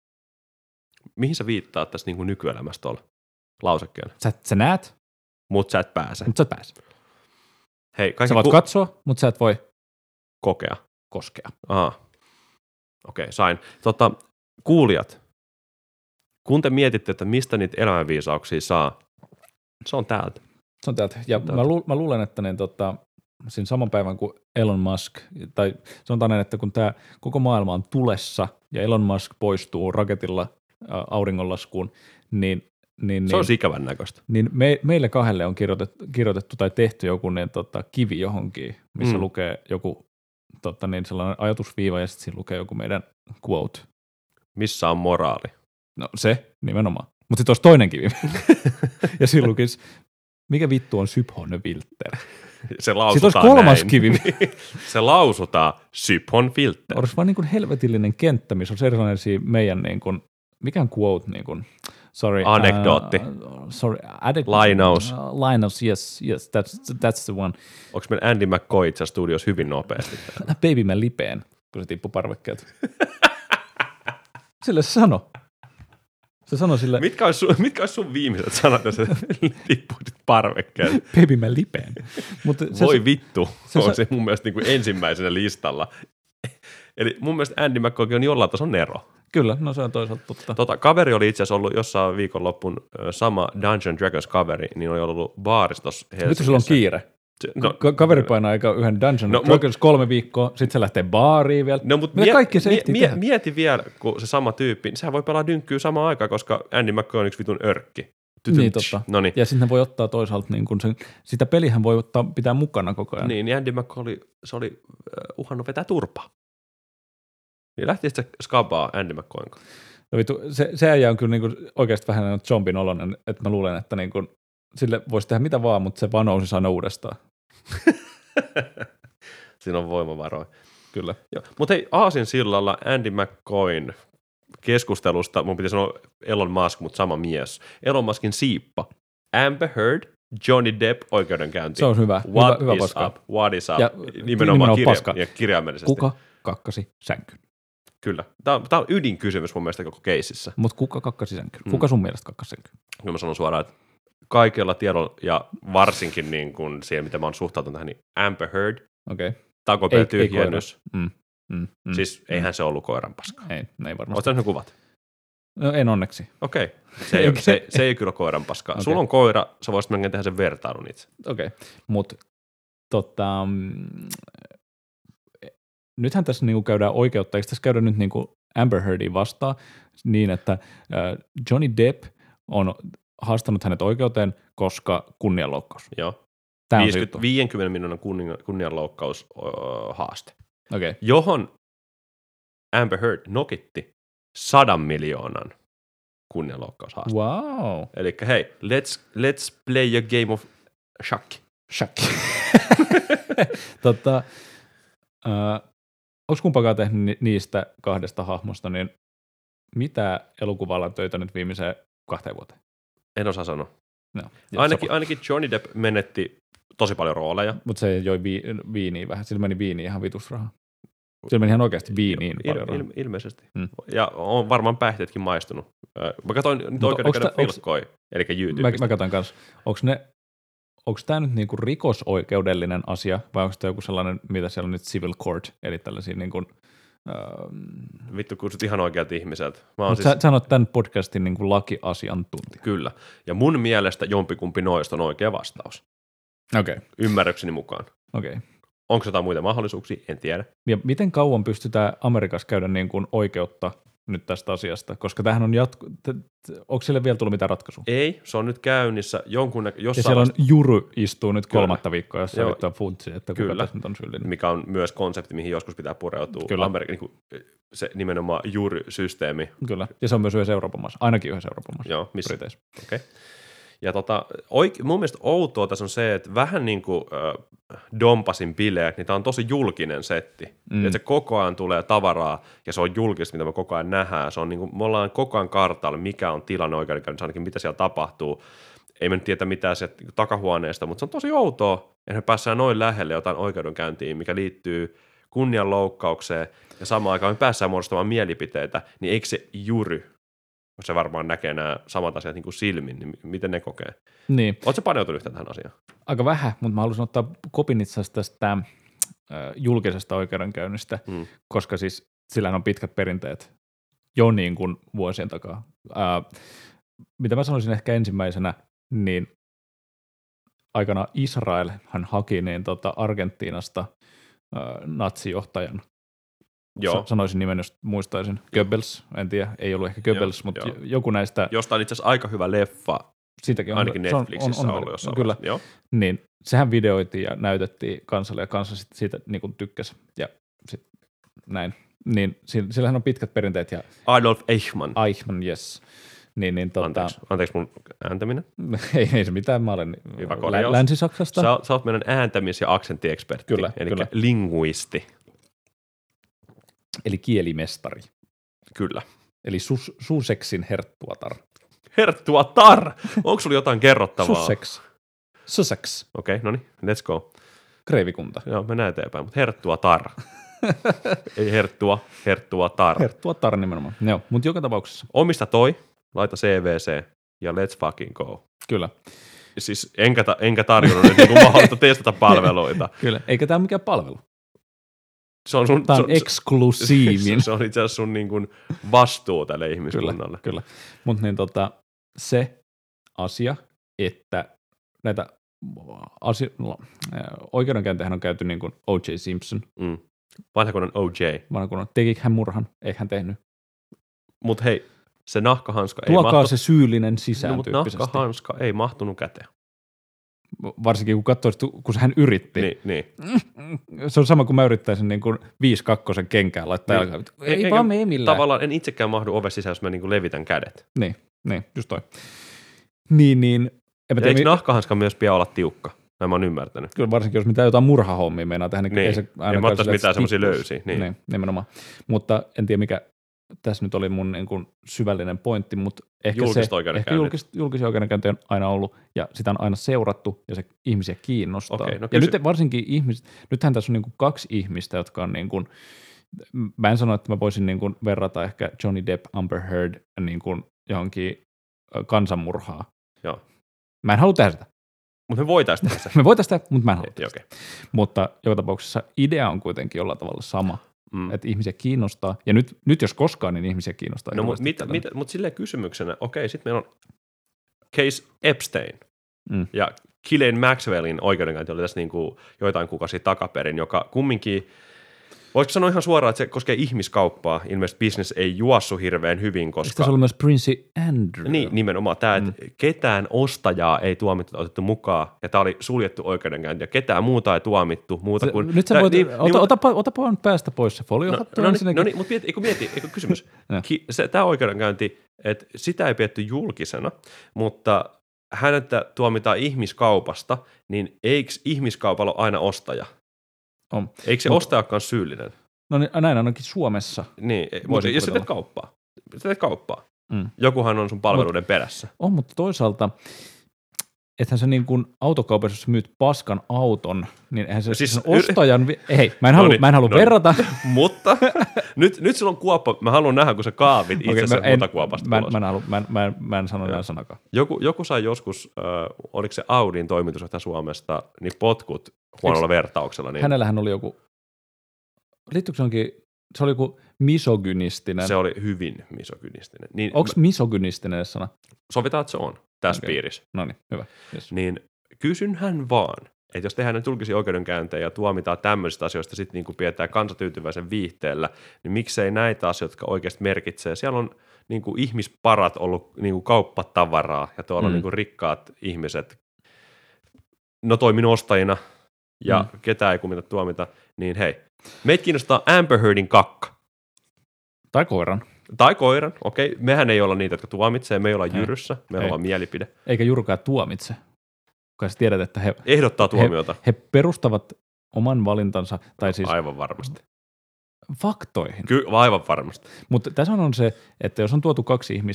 Mihin sä viittaat tässä niin kuin nykyelämässä tuolla lausekkeella? Sä näet, Mutta sä et pääse. mutta sä et pääse. Hei, Sä voit katsoa, mutta sä et voi kokea. koskea. Aha. Okei, sain. Kuulijat, kun te mietitte, että mistä niitä elämänviisauksia saa, se on täältä. Se on täältä. Ja mä luulen, että ne, siinä saman päivän kuin Elon Musk, tai sanotaan näin, että kun tämä koko maailma on tulessa ja Elon Musk poistuu raketilla auringonlaskuun, niin se on ikävän näköistä. Niin meille kahdelle on kirjoitettu tai tehty joku kivi johonkin, missä lukee joku sellainen ajatusviiva ja sitten siinä lukee joku meidän quote. Missä on moraali? No se nimenomaan. Mutta sitten olisi toinen kivi. Ja siinä lukisi, mikä vittu on Syphon Filter? Se lausutaan sitten olisi kolmas näin. kivi. Se lausutaan Syphon Filter. Olisi vaan niin kuin helvetillinen kenttä, missä on sellaisia meidän, niin kuin, mikä on quote, niin kuin, sorry. Anekdootti. Lainaus. Lainaus, yes, that's the one. Onko meillä Andy McCoy itse studiossa hyvin nopeasti? Baby mä lipeen, kun se tippui parvekkeelta. Sille se sanoi. Se sanoi sille... Mitkä olisi sun viimeiset sanat, jos sä tippuisit parvekkeelta? Baby mä lipeen. Voi vittu, on se mun mielestä niin kuin ensimmäisenä listalla. Eli mun mielestä Andy McCoy on jollain tason nero. Kyllä, no se on toisaalta totta. Kaveri oli itse asiassa ollut jossain viikonloppun sama Dungeons & Dragons kaveri, niin oli ollut baaristos Helsingissä. Nyt sillä on kiire. Kaveri painaa aika yhden Dungeons & Dragons 3 viikkoa, sitten se lähtee baariin vielä. No, mutta mieti vielä, kun se sama tyyppi, niin sehän voi pelaa dynkkyä samaan aikaan, koska Andy McCoy on yksi vitun örkki. Niin totta. Noniin. Ja sitten voi ottaa toisaalta, niin kun sitä pelihän voi pitää mukana koko ajan. Niin Andy McCoy oli uhannut vetää turpaa. Niin lähti sitten skabaa Andy McCoyn kanssa. No vittu, se äijä on kyllä niinku oikeasti vähän zombin oloinen, että mä luulen, että niinku, sille voisi tehdä mitä vaan, mutta se vaan nousisi aina uudestaan. Siinä on voimavaroja. Kyllä. Mutta hei, aasinsillalla Andy McCoyn keskustelusta, mun piti sanoa Elon Musk, mutta sama mies. Elon Muskin siippa. Amber Heard, Johnny Depp oikeudenkäynti. Se on hyvä. Hyvä paska. What is up? Ja nimenomaan kirjaimellisesti. Kuka kakkasi sänkyn? Kyllä. Tämä on ydinkysymys mun mielestä koko keisissä. Mutta kuka kakkasi sänkyn? Kuka sun mielestä kakkasi sänkyn? Kyllä mä sanon suoraan, että kaikella tiedolla ja varsinkin niin kuin siihen, miten mä oon suhtautunut tähän, niin Amber Heard, takopää tyhjennys. Siis eihän se ollut koiran paska. Ei varmasti. Oletko ne kuvat? No en onneksi. Okei. Se ei kyllä koiran paskaa. Okay. Sulla on koira, sä voisit melkein tehdä sen vertailun itse. Okei, mutta nythän tässä niinku käydään oikeutta, eikö tässä käydä nyt niinku Amber Heardiin vastaan niin, että Johnny Depp on haastanut hänet oikeuteen, koska kunnianloukkaus. Joo. Tämä 50 miljoonan kunnianloukkaus haaste, okay. Johon Amber Heard nokitti 100 miljoonan kunnianloukkaushaaste. Wow. Eli hei, let's play a game of shack. Onko kumpakaan tehnyt niistä kahdesta hahmosta, niin mitä elokuva-alan töitä nyt viimeiseen 2 vuoteen? En osaa sanoa. No, ainakin Johnny Depp menetti tosi paljon rooleja. Mutta se joi viiniä vähän. Sillä meni viiniin ihan vitusrahaa. Sillä meni ihan oikeasti viiniin paljon rahaa. Ilmeisesti. Ja on varmaan päihteetkin maistunut. Mä katsoin nyt oikeudenkäyden filkkoi, eli YouTube. Mä katsoin kanssa. Onko tämä nyt niinku rikosoikeudellinen asia, vai onko tämä joku sellainen, mitä siellä on nyt civil court, eli tällaisia niinku... Vittu, kuulostat ihan oikealta ihmiseltä. Sä oot tämän podcastin niinku lakiasiantuntija. Kyllä. Ja mun mielestä jompikumpi noista on oikea vastaus. Okei. Ymmärrykseni mukaan. Okei. Onko jotain muita mahdollisuuksia? En tiedä. Ja miten kauan pystytään Amerikassa käydä niin kuin oikeutta nyt tästä asiasta? Koska tämähän on onko sille vielä tullut mitään ratkaisua? Ei, se on nyt käynnissä ja siellä on jury istuu nyt 3. viikkoa, jossa yrittää funtsia, että kuka tässä nyt on syyllinen. Mikä on myös konsepti, mihin joskus pitää pureutua. Kyllä. Se nimenomaan jury-systeemi. Kyllä, ja se on myös yhdessä Euroopan maassa, ainakin yhdessä Euroopan maassa. Joo, missä? Okei. Ja mun mielestä outoa tässä on se, että vähän niin kuin Dompasin bileet, niin tämä on tosi julkinen setti. Että se koko ajan tulee tavaraa, ja se on julkista, mitä me koko ajan nähdään. Se on niin kuin, me ollaan koko ajan kartalla, mikä on tilanne oikeudenkäynnissä, ainakin mitä siellä tapahtuu. ei me nyt tiedä mitään sieltä takahuoneesta, mutta se on tosi outoa, että me päässään noin lähelle jotain oikeudenkäyntiin, mikä liittyy kunnianloukkaukseen, ja samaan aikaan me päässään muodostamaan mielipiteitä, niin eikö se jury, se varmaan näkee nämä samat asiat niin kuin silmin, niin miten ne kokee? Niin. Oletko paneutunut yhtään tähän asiaan? Aika vähän, mutta mä haluaisin ottaa kopin itse asiassa tästä julkisesta oikeudenkäynnistä, koska siis sillähän on pitkät perinteet jo niin kuin vuosien takaa. Mitä mä sanoisin ehkä ensimmäisenä, niin aikana Israel hän haki niin Argentiinasta natsijohtajan. Joo. Sanoisin nimen, jos muistaisin. Goebbels, en tiedä, ei ollut ehkä Goebbels, mutta joku näistä. Josta on itse asiassa aika hyvä leffa. Siitäkin on, ainakin Netflixissä on ollut jossain. Kyllä, niin sehän videoitiin ja näytettiin kansalle ja kansa siitä niin kuin tykkäsi ja sitten näin. Niin sillähän on pitkät perinteet. Ja Adolf Eichmann. Yes. Niin, Anteeksi mun ääntäminen. ei se mitään, mä olen Länsi-Saksasta. Sä oot meidän ääntämis- ja aksenttiekspertti, eli linguisti. Eli kielimestari. Kyllä. Eli Sussexin herttuatar. Herttuatar! Onko sulla jotain kerrottavaa? Sussex. Okei, no niin, let's go. Kreivikunta. Joo, mennään eteenpäin, mutta herttuatar. Ei herttuatar. Herttuatar nimenomaan. Joo, mutta joka tapauksessa. Omista toi, laita CVC ja let's fucking go. Kyllä. Siis enkä tarjonnut nyt niin mahdollista testata palveluita. Kyllä, eikä tämä ole mikään palvelu. Tämä on eksklusiivin. Se on itse asiassa sun niin kuin vastuu tälle ihmiskunnalle. Kyllä. Mutta niin se asia, että näitä oikeudenkäyntejähän on käyty niin kuin O.J. Simpson. Vanhakunnan O.J. Vanhakunnan. Tekikö hän murhan? Eikä hän tehnyt. Mutta hei, se nahkahanska ei mahtunut. Tuokaa se syyllinen sisään mutta nahkahanska ei mahtunut käteen. Varsinkin kun katsoi, kun hän yritti. Niin. Se on sama kuin mä yrittäisin niin kuin 5-2 kenkään laittaa niin. Ei vaan mene millään. Tavallaan en itsekään mahdu oven sisään, jos mä niin kuin levitän kädet. Niin, just toi. Niin. Eikö nahkahanska myös pian olla tiukka? Mä oon ymmärtänyt. Kyllä varsinkin, jos mitään jotain murhahommia meinaa tehdä, niin ei se aina en mä ottaisi mitään semmoisia löysiä. Niin, nimenomaan. Mutta en tiedä, mikä tässä nyt oli mun niin kuin syvällinen pointti, mutta ehkä julkisia oikeudenkäyntiä on aina ollut, ja sitä on aina seurattu, ja se ihmisiä kiinnostaa. Okay, no ja nyt varsinkin nythän tässä on niin kuin 2 ihmistä, jotka on niin kuin, mä en sano, että mä voisin niin kuin verrata ehkä Johnny Depp, Amber Heard niin kuin johonkin kansanmurhaa. Joo. Mä en halua tehdä sitä. Mutta me voitaisiin tehdä se. Me voitaisiin tehdä, mutta mä en halua tehdä okay. Mutta joka tapauksessa idea on kuitenkin jollain tavalla sama. Että ihmisiä kiinnostaa, ja nyt jos koskaan, niin ihmisiä kiinnostaa. No, mutta silleen kysymyksenä, sitten meillä on case Epstein, ja Ghislaine Maxwellin oikeudenkäynti oli tässä niinku joitain kuukausia takaperin, joka kumminkin, voisiko sanoa ihan suoraan, että se koskee ihmiskauppaa, ilmeisesti business ei juossu hirveän hyvin, koska... Eikö se ollut myös Prince Andrew? Niin, nimenomaan tämä, että ketään ostajaa ei tuomittu otettu mukaan, ja tämä oli suljettu oikeudenkäynti, ja ketään muuta ei tuomittu, muuta kuin... Nyt sä voit, otapa päästä pois se foliohattu. No niin, mutta mieti, kysymys. Tämä oikeudenkäynti, että sitä ei pidetty julkisena, mutta hänettä tuomitaan ihmiskaupasta, niin eikö ihmiskaupalla ole aina ostaja? On. Eikö se ostajakaan syyllinen? No niin, näin ainakin Suomessa. Niin, mutta jos sä teet kauppaa. Jokuhan on sun palveluiden perässä. On, mutta toisaalta, ethän se niin kuin autokaupassa, jos myyt paskan auton, niin eihän se siis ostajan... mä en halua verrata. Mutta nyt sulla on kuoppa, mä haluan nähdä, kun sä kaavit itse sen mutakuopasta tulossa. Mä en sano näin sanakaan. Joku sai joskus, oliko se Audin toimitusjohtaja Suomesta, niin potkut huonolla vertauksella. Niin... Hänellähän oli joku, liittyykö se onkin, se oli joku misogynistinen. Se oli hyvin misogynistinen. Niin, onko misogynistinen sana? Sovitaan, että se on tässä piirissä. No niin, hyvä. Yes. Niin kysynhän vaan, että jos tehdään nyt julkisia oikeudenkäyntejä ja tuomitaan tämmöisistä asioista, sitten niin kuin pidetään kansatyytyväisen viihteellä, niin miksei näitä asioita, jotka oikeasti merkitsee. Siellä on niin kuin ihmisparat ollut niin kuin kauppatavaraa ja tuolla on niin kuin rikkaat ihmiset toiminut ostajina ja ketään ei kumita tuomita, niin hei, meitä kiinnostaa Amber Heardin kakka. Tai koiran, okei. Mehän ei olla niitä, jotka tuomitsee, me ei olla jyryssä, meillä on vaan mielipide. Eikä jyrkää tuomitse, kun sä tiedät, että he... Ehdottaa tuomiota. He perustavat oman valintansa, tai siis... Aivan varmasti. Faktoihin. Kyllä, aivan varmasti. Mutta tässä on se, että jos on tuotu 2 ihmistä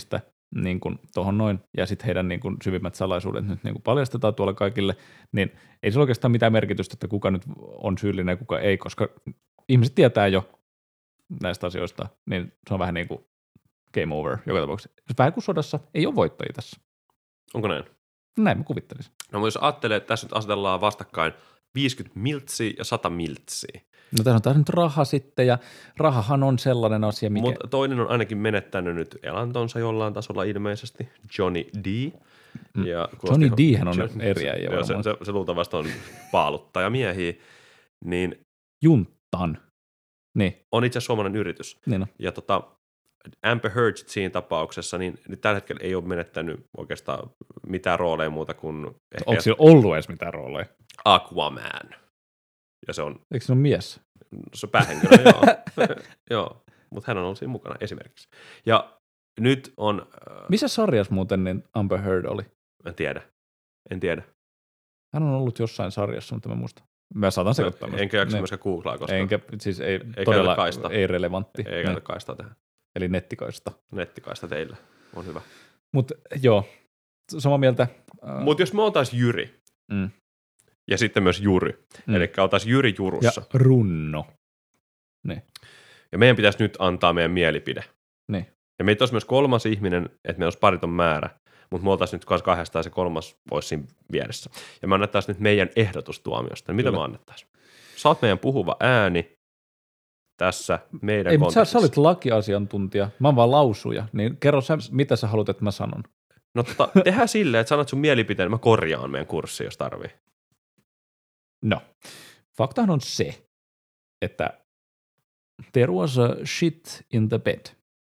niin kuin tuohon noin, ja sitten heidän niin kuin syvimmät salaisuudet nyt niin kuin paljastetaan tuolla kaikille, niin ei se oikeastaan mitään merkitystä, että kuka nyt on syyllinen ja kuka ei, koska ihmiset tietää jo näistä asioista, niin se on vähän niin kuin game over joka tapauksessa. Vähän kuin sodassa ei ole voittajia tässä. Onko näin? Näin mä kuvittelisin. No jos ajattelee, että tässä nyt asetellaan vastakkain 50 miltsiä ja 100 miltsiä. No tässä on taas nyt raha sitten, ja rahahan on sellainen asia, mikä... Mutta toinen on ainakin menettänyt nyt elantonsa jollain tasolla ilmeisesti, Johnny D. Ja Johnny Dhän on eri äijä varmaan. Se luultavasti on paaluttajamiehiä. Niin Junttan. Niin. On itse asiassa suomalainen yritys. Niin on. Ja Amber Heard siinä tapauksessa, niin tällä hetkellä ei ole menettänyt oikeastaan mitään rooleja muuta kuin... Onko sillä ollut edes mitään rooleja? Aquaman. Ja se on... Eikö se ole mies? Se on päähenkilö, joo. Joo, mutta hän on ollut siinä mukana esimerkiksi. Ja nyt on... Missä sarjassa muuten niin Amber Heard oli? En tiedä. Hän on ollut jossain sarjassa, mutta mä muistan. Mä saatan sekoittaa. Enkä jaksa myöskään googlaa, koska... Siis ei todella ei relevantti. Ei käytä kaistaa tähän. Eli nettikaista. Nettikaista teille. On hyvä. Mutta joo, samaa mieltä. Mutta jos me oltaisiin Jyri, ja sitten myös Juri, eli oltaisiin Jyri Jurussa. Ja Runno. Niin. Ja meidän pitäisi nyt antaa meidän mielipide. Niin. Ja meitä olisi myös kolmas ihminen, että meillä olisi pariton määrä, mutta me oltaisiin nyt kanssa kahdestaan, se kolmas olisi siinä vieressä. Ja me annettaisiin nyt meidän ehdotustuomiosta. Mitä me annettaisiin? Sä oot meidän puhuva ääni tässä meidän ei, kontekstissa. Sä olit lakiasiantuntija, mä oon vaan lausuja, niin kerro sä, mitä sä haluat, että mä sanon. No tehdään silleen, että sanot sun mielipiteen, mä korjaan meidän kurssi, jos tarvii. No, faktahan on se, että there was a shit in the bed.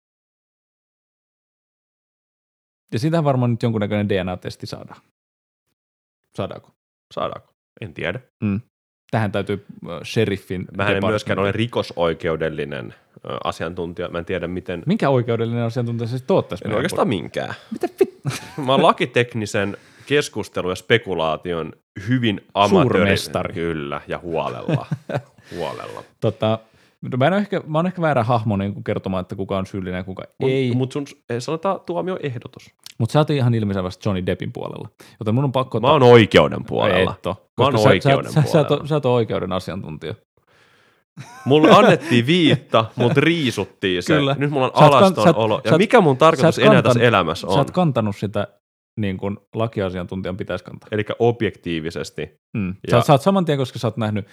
Ja sitä varmaan nyt jonkunnäköinen DNA-testi saadaan. Saadaanko? Saadaanko? En tiedä. Tähän täytyy sheriffin... Mä en myöskään ole rikosoikeudellinen asiantuntija. Mä en tiedä, miten... Minkä oikeudellinen asiantuntija siis tuottaisi? En oikeastaan minkään. Mitä Mä oon lakiteknisen keskustelun ja spekulaation hyvin suurmestari. Kyllä, ja huolella. Mä oon ehkä väärä hahmo niin kertomaan, että kuka on syyllinen ja kuka ei. Mutta sun sanotaan tuomioehdotus. Mutta sä oot ihan ilmiselvästi Johnny Deppin puolella. Joten mun on pakko... Mä oon oikeuden puolella. Mä oon oikeuden puolella. Sä oot oikeuden asiantuntija. Mulle annettiin viitta, mut riisuttiin se. Kyllä. Nyt mulla on alaston olo. Ja mikä mun tarkoitus enää tässä elämässä on? Sä oot kantanut sitä, niin kuin lakiasiantuntijan pitäisi kantaa. Elikkä objektiivisesti. Sä oot saman tien, koska sä oot nähnyt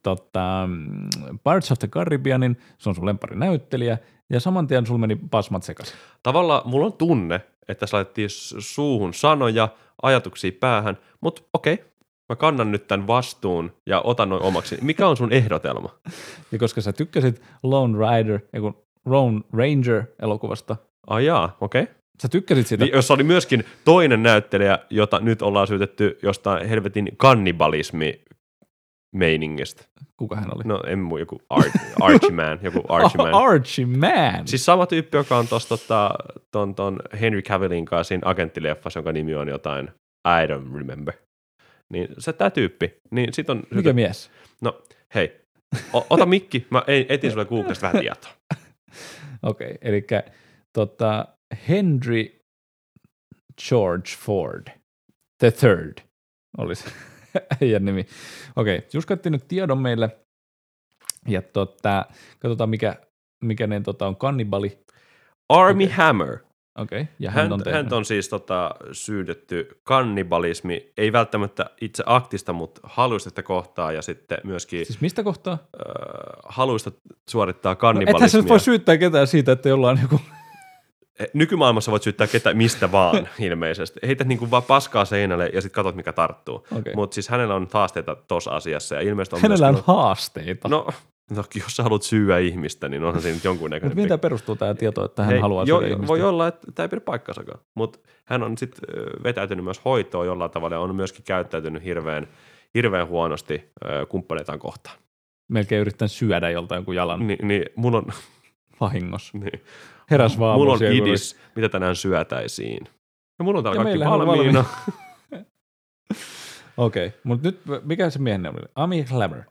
Pirates of the Caribbeanin, se on sun lempparinäyttelijä, ja saman tien sulla meni pasmat sekaisin. Tavallaan mulla on tunne, että sä laitettiin suuhun sanoja, ajatuksia päähän, mutta okei, mä kannan nyt tämän vastuun ja otan noin omaksi. Mikä on sun ehdotelma? Ja koska sä tykkäsit Lone Ranger elokuvasta. Jaa, okei. Sä tykkäsit sitä. Niin, jossa oli myöskin toinen näyttelijä, jota nyt ollaan syytetty jostain helvetin kannibalismi meiningistä. Kuka hän oli? No en muu, joku Archie Man. Archie Man! Siis sama tyyppi, joka on tuossa ton Henry Cavillin kanssa siinä agenttileffassa, jonka nimi on jotain I don't remember. Niin se tää tyyppi. Niin sit on... Mikä mies? No hei, ota mikki, mä etin sulle Googlesta vähän tietoa. Okei, elikkä Henry George Ford the Third olisi äijän nimi. Okei, Juskatti nyt tiedon meille, ja katsotaan mikä on kannibali. Armie Hammer. Okei, ja hän on siis syytetty kannibalismi, ei välttämättä itse aktista, mutta haluista kohtaa ja sitten myöskin... Siis mistä kohtaa? Haluista suorittaa kannibalismia. Ethän sä voi syyttää ketään siitä, että jollain joku... Nykymaailmassa voit syyttää ketään mistä vaan ilmeisesti. Heität niinku vaan paskaa seinälle ja sitten katsot mikä tarttuu. Okay. Mutta siis hänellä on haasteita tuossa asiassa. Ja ilmeisesti on hänellä on haasteita? No, jos sä haluat syyä ihmistä, niin onhan siinä nyt jonkunnäköinen... Mutta mitä perustuu tämä tieto, että hän haluaa syyä ihmistä? Voi olla, että tämä ei pidä paikkansakaan. Mutta hän on sitten vetäytynyt myös hoitoon jollain tavalla ja on myöskin käyttäytynyt hirveän huonosti kumppaneitaan kohtaan. Melkein yritän syödä joltain jonkun jalan. Niin mulla on... Vahingossa. Niin. Heräs vaan. Mulla on idis, mitä tänään syötäisiin. Ja mulla on täällä kaikki valmiina. Okei, mutta nyt mikä se miehen nimi oli? Armie Hammer.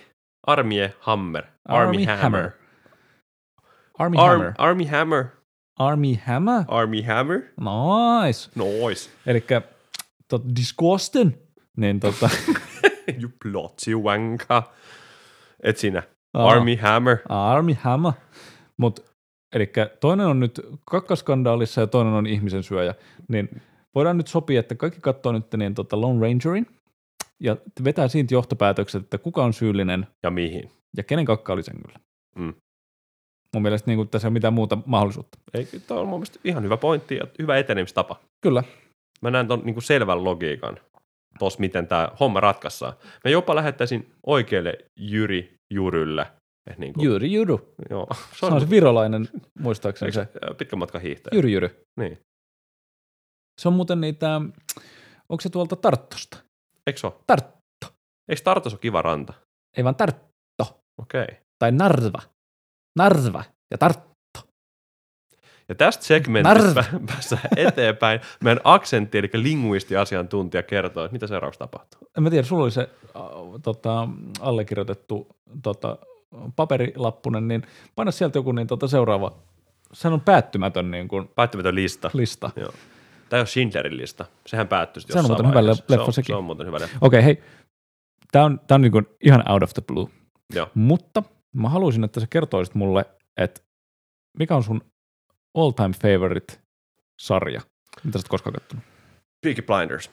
Armie Hammer. Armie Hammer. Armie Hammer. Army Hammer. Army Hammer. Nice. Nois. Elikkä Disgustin. Niin You plotsi wanka. Et sinä. Army Hammer. Army Hammer. Mut elikkä toinen on nyt kakkaskandaalissa ja toinen on ihmisen syöjä. Niin voidaan nyt sopia, että kaikki katsoo nyt niin Lone Rangerin ja vetää siitä johtopäätökset, että kuka on syyllinen. Ja mihin. Ja kenen kakka oli sen kyllä. Mm. Mun mielestä niin tässä ei ole mitään muuta mahdollisuutta. Tämä on mun mielestä ihan hyvä pointti ja hyvä etenemistapa. Kyllä. Mä näen ton niin selvän logiikan tuossa, miten tämä homma ratkaissaan. Mä jopa lähettäisin oikealle Jyrylle. Niin Jyry. Joo. Se on se virolainen, muistaakseni se. Pitkän matkan hiihtäjä. Jyry. Niin. Se on muuten niitä, onko se tuolta Tarttosta? Eikö se ole? Tartto. Eikö Tartos ole kiva ranta? Ei vaan Tartto. Okei. Tai Narva ja Tartto. Ja tästä segmentistä päässä eteenpäin meidän aksentti, eli linguistiasiantuntija kertoo, että mitä seuraavaksi tapahtuu. En mä tiedä, sulla oli se allekirjoitettu paperilappunen, niin paina sieltä joku niin seuraava. Sehän on päättymätön niin kuin päättymätön lista. Joo. Tämä ei ole Schindlerin lista. Sehän päättyi jossain vaiheessa. Se on muuten hyvä leffa sekin. Se on muuten hyvä leffa. Okei, hei. Tämä on niin kuin ihan out of the blue. Joo. Mutta mä haluaisin, että sä kertoisit mulle, että mikä on sun all-time favorite sarja? Mitä sä oot koskaan kattonut? Peaky Blinders.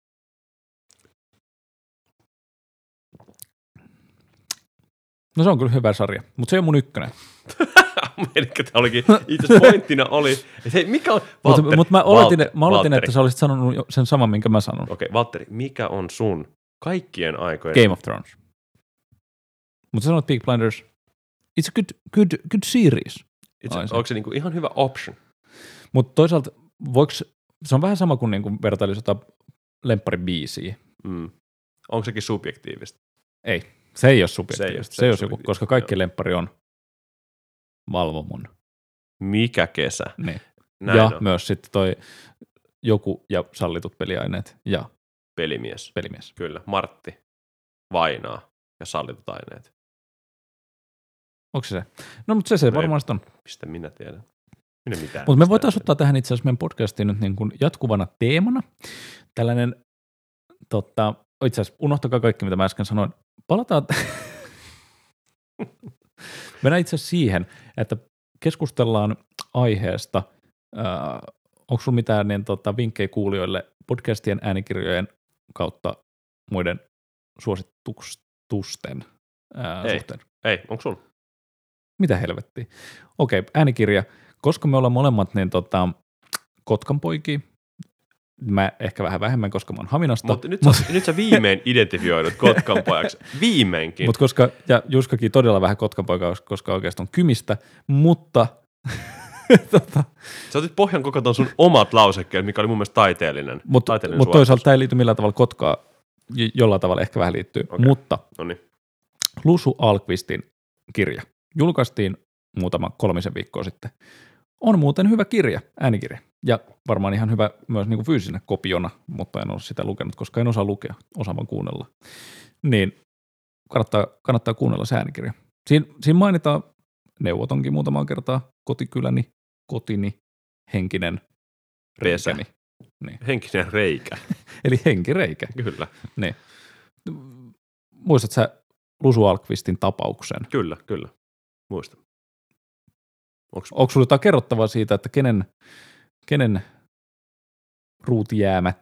No se on kyllä hyvä sarja, mutta se ei ole mun ykkönen. Eli tämä olikin, itse asiassa pointtina oli, että hei, mikä on, Valtteri, mutta mä oletin, että sä olisit sanonut sen saman, minkä mä sanon. Okei, Valtteri, mikä on sun kaikkien aikojen? Game of Thrones. Mutta sä sanoit Peaky Blinders, it's a good series. Onko se niinku ihan hyvä option? Mutta toisaalta se on vähän sama kuin niinku vertailisi jotain lempparibiisiä. Onko sekin subjektiivista? Ei, se ei ole subjektiivista. Se ei ole joku, koska kaikki lemppari on Valvomon. Mikä kesä? Niin. Ja on. Myös sitten toi joku ja sallitut peliaineet ja Pelimies. Kyllä, Martti, Vainaa ja sallitut aineet. Onko se? No, mutta se varmaan on. Mistä minä tiedän? Mutta me voitaisiin ottaa tähän itse asiassa meidän podcastiin nyt niin kuin jatkuvana teemana. Tällainen, itse asiassa unohtakaa kaikki, mitä mä äsken sanoin. Palataan. Mennään itse asiassa siihen, että keskustellaan aiheesta. Onko sinulla mitään niin, vinkkejä kuulijoille podcastien, äänikirjojen kautta muiden suositusten suhteen? Ei, onko sulla? Mitä helvettiä? Okei, äänikirja. Koska me ollaan molemmat niin, Kotkan poikia, mä ehkä vähän vähemmän, koska mä oon Haminasta. Mutta nyt sä viimein identifioidut Kotkan pojaksi. Viimeinkin. Ja Juskakin todella vähän Kotkan poika, koska oikeastaan on Kymistä, mutta sä otit pohjan koko ton sun omat lausekkeet, mikä oli mun mielestä taiteellinen. Mutta toisaalta tämä ei liity millään tavalla Kotkaa, jollain tavalla ehkä vähän liittyy. Okay. Mutta Lusu Alkvistin kirja julkaistiin muutama 3 viikkoa sitten. On muuten hyvä kirja, äänikirja. Ja varmaan ihan hyvä myös niin kuin fyysisenä kopiona, mutta en ole sitä lukenut, koska en osaa lukea, osaan vaan kuunnella. Niin kannattaa kuunnella se äänikirja. Siinä mainitaan neuvotonkin muutamaan kertaa kotikyläni, kotini, henkinen reikäni. Niin. Henkinen reikä. Eli henkireikä. Kyllä. Niin. Muistatko sä Lusu Alkvistin tapauksen? Kyllä. Muistan. Onko sinulla jotain kerrottavaa siitä, että kenen ruutijäämät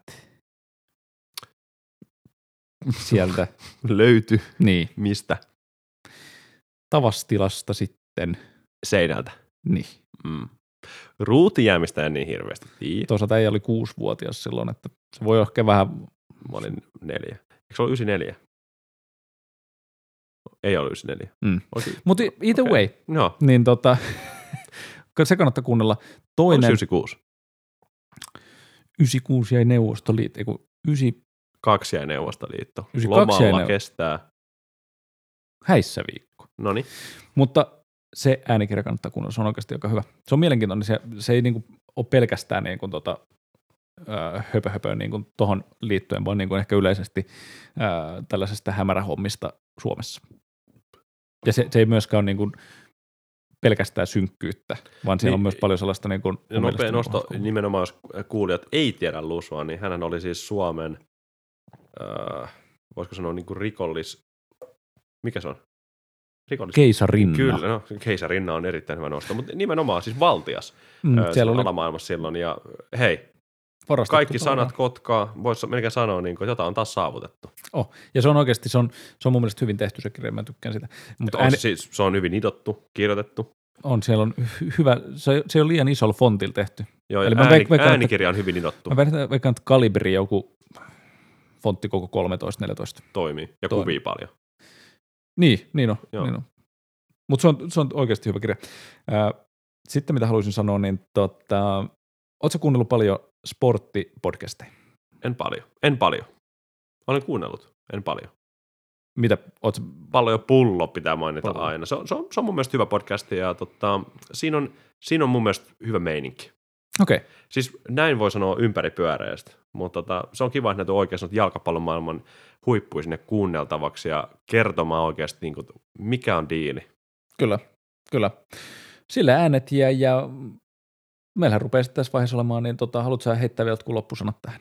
sieltä löytyi? Niin. Mistä? Tavastilasta sitten. Seinältä? Niin. Ruutijäämistä en niin hirveästi tiedä. Toisaalta ei oli 6-vuotias silloin, että se voi ehkä vähän. Mä olin 4. Eikö se ollut 94? Ei ollut 94. Mutta either way, no. Niin se kannattaa kuunnella. Toinen. 96. 96 jäi Neuvostoliitto. 92 jäi Neuvostoliitto. 92 lomalla kestää. Häissä viikko. Noniin. Mutta se äänikirja kannattaa kuunnella, se on oikeasti aika hyvä. Se on mielenkiintoinen, se ei niinku ole pelkästään niinku höpö niinku tohon liittyen, vaan niinku ehkä yleisesti tällaisesta hämärähommista Suomessa. Ja se ei myöskään ole niinku pelkästään synkkyyttä, vaan siellä on myös paljon sellaista niin kuin... Nopea nosto, nimenomaan jos kuulijat ei tiedä Lusua, niin hän oli siis Suomen, voisiko sanoa niin kuin mikä se on? Keisarinna. Kyllä, no Keisarinna on erittäin hyvä nosto, mutta nimenomaan siis valtias siellä oli alamaailmassa silloin. Ja hei, kaikki sanat Kotkaa, voisi melkein sanoa, niin kuin, että jotain on taas saavutettu. Ja se on oikeasti, se on mun mielestä hyvin tehty se kirja, mä tykkään sitä. Mutta siis, se on hyvin idottu, kirjoitettu. Siellä on hyvä, se on liian isolla fontilla tehty. Joo, eli äänikirja on hyvin idottu. Mä veikkaan, että Kalibri joku fontti koko 13-14. Toimii, ja kuvii paljon. Niin on. Mutta se on oikeasti hyvä kirja. Sitten mitä haluaisin sanoa, niin ootko kuunnellut paljon sporttipodcasteja? En paljon. Olen kuunnellut, en paljon. Mitä? Pallo ja pullo pitää mainita aina. Se on mun mielestä hyvä podcast ja siinä on mun mielestä hyvä meininki. Okei. Siis näin voi sanoa ympäripyöreästi, mutta se on kiva, että näitä oikeasti jalkapallon maailman huippuja sinne kuunneltavaksi ja kertomaan oikeasti, niin kuin, mikä on diili. Kyllä. Sillä äänet ja meillähän rupeaa sitten tässä vaiheessa olemaan, niin haluatko sä heittää vielä jotkut loppusanat tähän?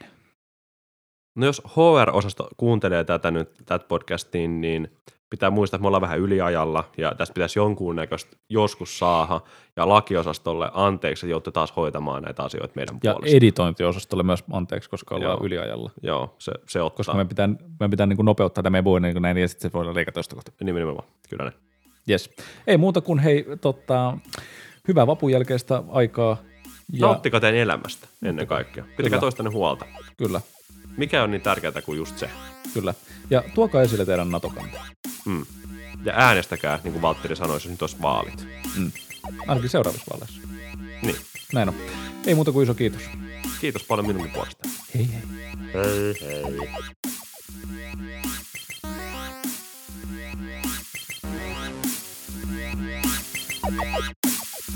No jos HR-osasto kuuntelee tätä podcastiin, niin pitää muistaa, että me ollaan vähän yliajalla ja tästä pitäisi jonkunnäköistä joskus saada ja lakiosastolle anteeksi, että joutte taas hoitamaan näitä asioita meidän puolesta. Ja editointiosastolle myös anteeksi, koska ollaan yliajalla. Joo, se ottaa. Koska me pitää niin kuin nopeuttaa tämä meidän niin näin ja sitten se voidaan leikata tosta kohta. Nimenomaan, kyllä näin. Jes. Ei muuta kuin hei, hyvää vapun jälkeistä aikaa. Ja nauttikaa teidän elämästä ennen kaikkea. Pitäkää toistanne huolta. Kyllä. Mikä on niin tärkeää kuin just se? Kyllä. Ja tuokaa esille teidän NATO-kantaa. Ja äänestäkää, niin kuin Valtteri sanoi, jos nyt olisi vaalit. Ainakin seuraavissa vaaleissa. Niin. Näin on. Ei muuta kuin iso kiitos. Kiitos paljon minunkin puolesta. Hei.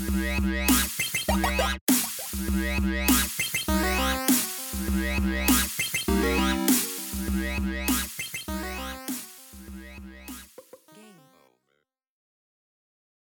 Hei.